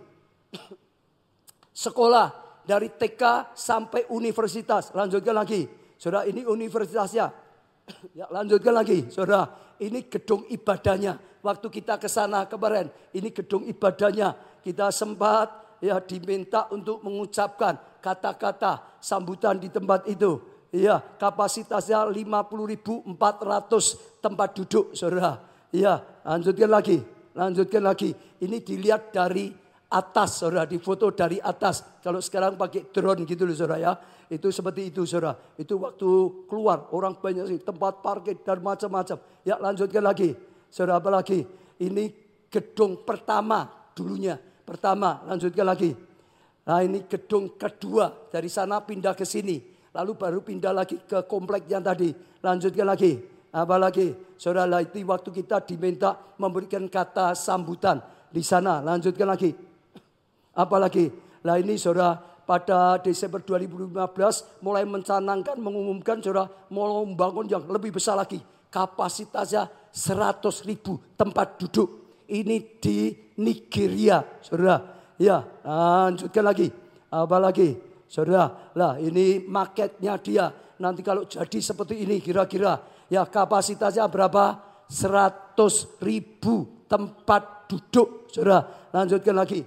Sekolah dari TK sampai universitas. Lanjutkan lagi. Saudara ini universitasnya. Ya, lanjutkan lagi. Saudara ini gedung ibadahnya. Waktu kita ke sana kemarin. Ini gedung ibadahnya. Kita sempat diminta untuk mengucapkan kata-kata sambutan di tempat itu. Ya, kapasitasnya 50.400 tempat duduk saudara. Ya, lanjutkan lagi. Lanjutkan lagi. Ini dilihat dari atas saudara, difoto dari atas. Kalau sekarang pakai drone gitu loh saudara ya. Itu seperti itu saudara. Itu waktu keluar orang banyak sih, tempat parkir dan macam-macam. Ya lanjutkan lagi. Saudara apa lagi? Ini gedung pertama dulunya. Pertama, lanjutkan lagi. Nah ini gedung kedua. Dari sana pindah ke sini. Lalu baru pindah lagi ke komplek yang tadi. Lanjutkan lagi. Apa lagi? Saudara itu waktu kita diminta memberikan kata sambutan. Di sana, lanjutkan lagi. Apalagi, lah ini saudara pada Desember 2015 mulai mencanangkan, mengumumkan saudara mau membangun yang lebih besar lagi. Kapasitasnya 100.000 tempat duduk. Ini di Nigeria saudara. Ya lanjutkan lagi. Apalagi saudara, lah ini marketnya dia. Nanti kalau jadi seperti ini kira-kira ya kapasitasnya berapa? 100.000 tempat duduk saudara. Lanjutkan lagi.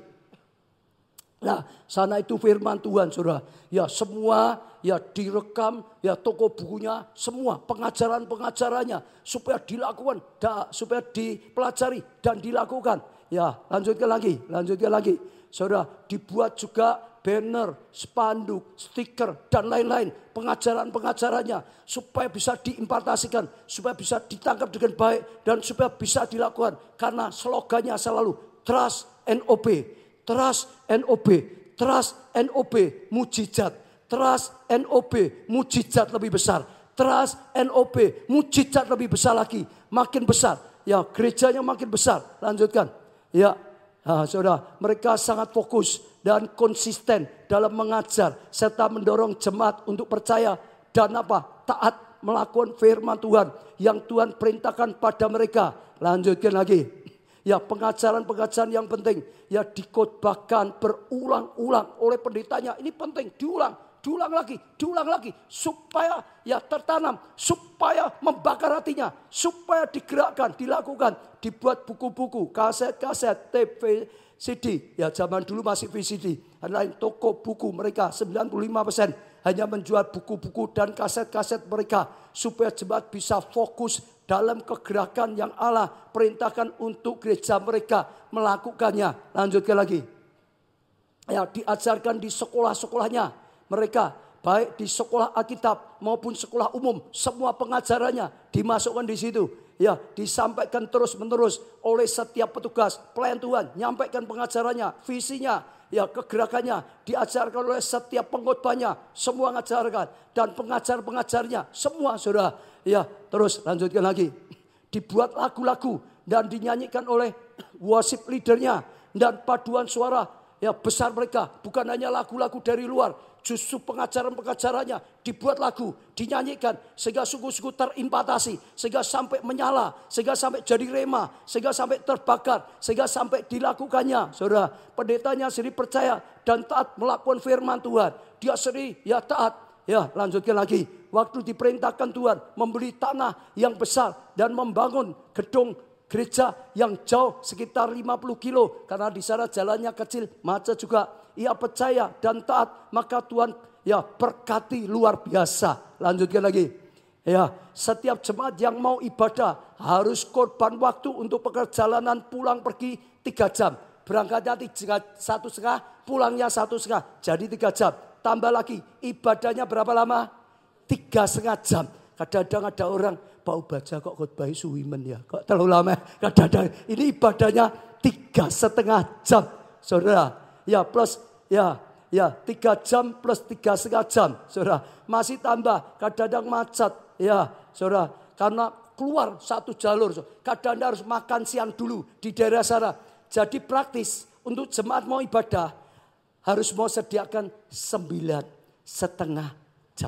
Nah, sana itu firman Tuhan, saudara. Ya, semua ya direkam, ya toko bukunya, semua pengajaran-pengajarannya supaya dilakukan, supaya dipelajari dan dilakukan. Ya, lanjutkan lagi. Saudara, dibuat juga banner, spanduk, stiker dan lain-lain pengajaran-pengajarannya supaya bisa diimpartasikan, supaya bisa ditangkap dengan baik dan supaya bisa dilakukan karena slogannya selalu trust and obey. Trust and obey, trust and obey, mujizat. Trust and obey, mujizat lebih besar. Trust and obey, mujizat lebih besar lagi. Makin besar, ya gerejanya makin besar. Lanjutkan, ya saudara, mereka sangat fokus dan konsisten dalam mengajar. Serta mendorong jemaat untuk percaya dan taat melakukan firman Tuhan yang Tuhan perintahkan pada mereka. Lanjutkan lagi. Ya pengajaran-pengajaran yang penting. Ya dikhotbahkan berulang-ulang oleh pendetanya. Ini penting diulang lagi. Supaya ya tertanam. Supaya membakar hatinya. Supaya digerakkan, dilakukan. Dibuat buku-buku, kaset-kaset, TV, CD. Ya zaman dulu masih VCD. Lain toko buku mereka 95% hanya menjual buku-buku dan kaset-kaset mereka. Supaya jemaat bisa fokus dalam kegerakan yang Allah perintahkan untuk gereja mereka melakukannya. Lanjutkan lagi. Ya, diajarkan di sekolah-sekolahnya mereka. Baik di sekolah Alkitab maupun sekolah umum. Semua pengajarannya dimasukkan di situ. Ya, disampaikan terus-menerus oleh setiap petugas pelayan Tuhan. Nyampaikan pengajarannya, visinya, ya kegerakannya. Diajarkan oleh setiap pengkhotbahnya. Semua ngajarkan. Dan pengajar-pengajarnya. Semua saudara. Ya, terus lanjutkan lagi. Dibuat lagu-lagu dan dinyanyikan oleh worship leadernya dan paduan suara ya besar mereka. Bukan hanya lagu-lagu dari luar, justru pengajaran-pengajarannya dibuat lagu, dinyanyikan sehingga sungguh-sungguh terimpatasi, sehingga sampai menyala, sehingga sampai jadi rema, sehingga sampai terbakar, sehingga sampai dilakukannya. Saudara, pendetanya sendiri percaya dan taat melakukan firman Tuhan. Dia sendiri ya taat. Ya, lanjutkan lagi. Waktu diperintahkan Tuhan membeli tanah yang besar dan membangun gedung gereja yang jauh sekitar 50 kilo. Karena di sana jalannya kecil, macet juga. Ia percaya dan taat, maka Tuhan ya berkati luar biasa. Lanjutkan lagi. Ya, setiap jemaat yang mau ibadah harus korban waktu untuk perjalanan pulang pergi 3 jam. Berangkatnya 1,5, pulangnya 1,5. Jadi 3 jam. Tambah lagi ibadahnya berapa lama? 3,5 jam. Kadang-kadang ada orang Pak Ubaja kok khotbah suwimen ya. Kok terlalu lama. Kadang-kadang ini ibadahnya 3,5 jam. Saudara, ya plus ya 3 jam plus 3,5 jam. Saudara, masih tambah kadang-kadang macet. Ya, saudara, karena keluar satu jalur. Kadang-kadang harus makan siang dulu di daerah sana. Jadi praktis untuk jemaat mau ibadah harus mau sediakan 9,5 jam.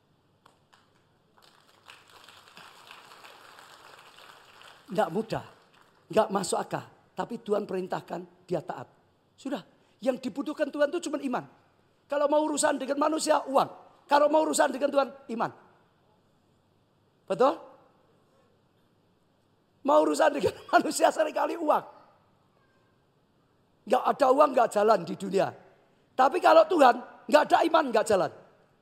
Enggak mudah, enggak masuk akal. Tapi Tuhan perintahkan, dia taat. Sudah, yang dibutuhkan Tuhan itu cuma iman. Kalau mau urusan dengan manusia, uang. Kalau mau urusan dengan Tuhan, iman. Betul? Mau urusan dengan manusia seringkali uang. Enggak ada uang, enggak jalan di dunia. Tapi kalau Tuhan, enggak ada iman, enggak jalan.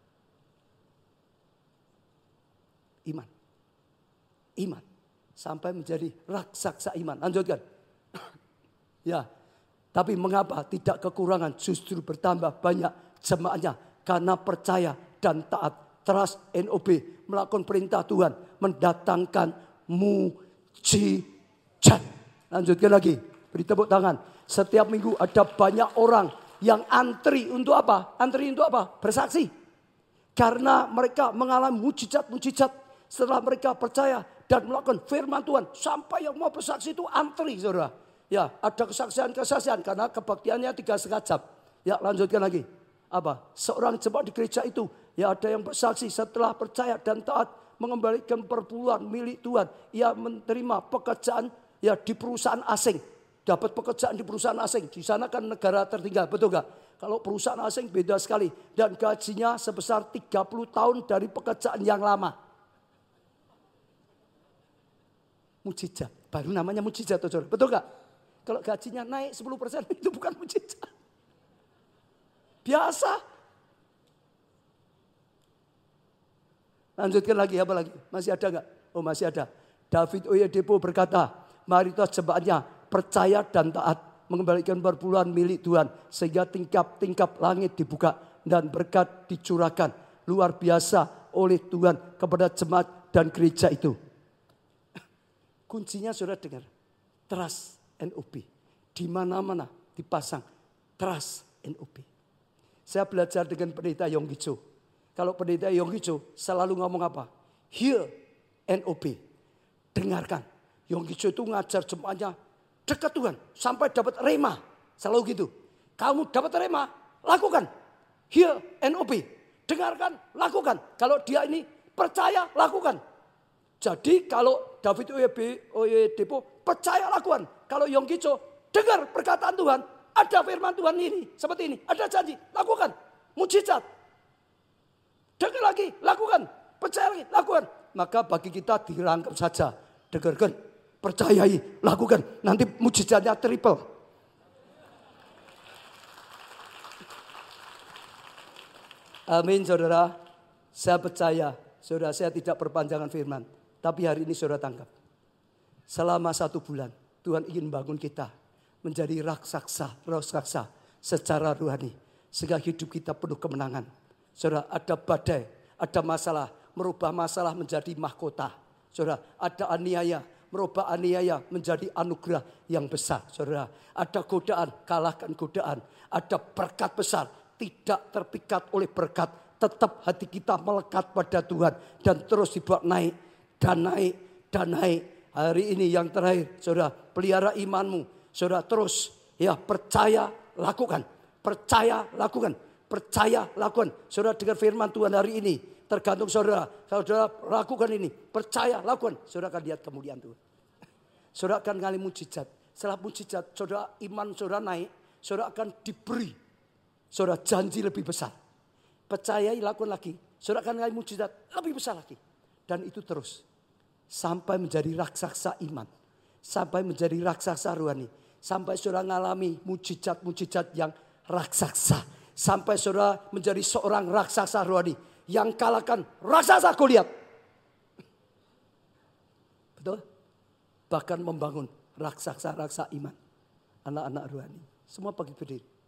Iman. Iman. Sampai menjadi raksasa iman. Lanjutkan. Ya, tapi mengapa tidak kekurangan, justru bertambah banyak jemaatnya. Karena percaya dan taat. Trust and obey. Melakukan perintah Tuhan. Mendatangkan mujizat. Lanjutkan lagi. Beri tepuk tangan. Setiap minggu ada banyak orang yang antri untuk apa? Antri untuk apa? Bersaksi. Karena mereka mengalami mujizat-mujizat. Setelah mereka percaya dan melakukan firman Tuhan. Sampai yang mau bersaksi itu antri, saudara. Ya, ada kesaksian-kesaksian karena kebaktiannya 3,5 jam. Ya, lanjutkan lagi. Apa? Seorang jemaat di gereja itu, ya ada yang bersaksi setelah percaya dan taat mengembalikan perpuluhan milik Tuhan. Ia menerima pekerjaan ya di perusahaan asing. Dapat pekerjaan di perusahaan asing. Di sana kan negara tertinggal, betul gak? Kalau perusahaan asing beda sekali. Dan gajinya sebesar 30 tahun dari pekerjaan yang lama. Mujizat. Baru namanya mujizat. Betul gak? Kalau gajinya naik 10% itu bukan mujizat. Biasa. Lanjutkan lagi, apa lagi? Masih ada gak? Oh masih ada. David Oyedepo berkata, mayoritas jemaatnya percaya dan taat. Mengembalikan perpuluhan milik Tuhan. Sehingga tingkap-tingkap langit dibuka. Dan berkat dicurahkan. Luar biasa oleh Tuhan kepada jemaat dan gereja itu. Kuncinya sudah dengar. Trust and obey. Di mana-mana dipasang trust and obey. Saya belajar dengan pendeta Yonggi Cho. Kalau pendeta Yonggi Cho selalu ngomong apa? Hear and obey. Dengarkan. Yonggi Cho itu ngajar jemaatnya dekat Tuhan. Sampai dapat rema. Selalu gitu. Kamu dapat rema, lakukan. Hear and obey. Dengarkan, lakukan. Kalau dia ini percaya, lakukan. Jadi kalau David Oyedepo percaya lakukan. Kalau Yonggi Cho dengar perkataan Tuhan. Ada firman Tuhan ini. Seperti ini. Ada janji. Lakukan. Mujizat. Dengar lagi. Lakukan. Percaya lagi. Lakukan. Maka bagi kita dirangkap saja. Dengarkan. Percayai. Lakukan. Nanti mujizatnya triple. Amin saudara. Saya percaya. Saudara saya tidak perpanjangan firman. Tapi hari ini saudara tangkap. Selama 1 bulan Tuhan ingin bangun kita menjadi raksasa secara rohani. Sehingga hidup kita penuh kemenangan. Saudara ada badai, ada masalah. Merubah masalah menjadi mahkota. Saudara ada aniaya, merubah aniaya menjadi anugerah yang besar. Saudara ada godaan, kalahkan godaan. Ada berkat besar, tidak terpikat oleh berkat. Tetap hati kita melekat pada Tuhan. Dan terus dibawa naik. Dan naik, dan naik. Hari ini yang terakhir, saudara, pelihara imanmu. Saudara terus, ya percaya, lakukan. Percaya, lakukan. Percaya, lakukan. Saudara dengar firman Tuhan hari ini. Tergantung saudara. Kalau saudara lakukan ini, percaya, lakukan. Saudara akan lihat kemuliaan Tuhan. Saudara akan mengalami mujizat. Setelah mujizat, saudara iman saudara naik. Saudara akan diberi. Saudara janji lebih besar. Percayai, lakukan lagi. Saudara akan mengalami mujizat lebih besar lagi. Dan itu terus. Sampai menjadi raksasa iman. Sampai menjadi raksasa rohani. Sampai saudara mengalami mujizat-mujizat yang raksasa. Sampai saudara menjadi seorang raksasa rohani. Yang kalahkan raksasa Goliat. Betul? Bahkan membangun raksasa-raksasa iman. Anak-anak rohani. Semua bagi berdiri.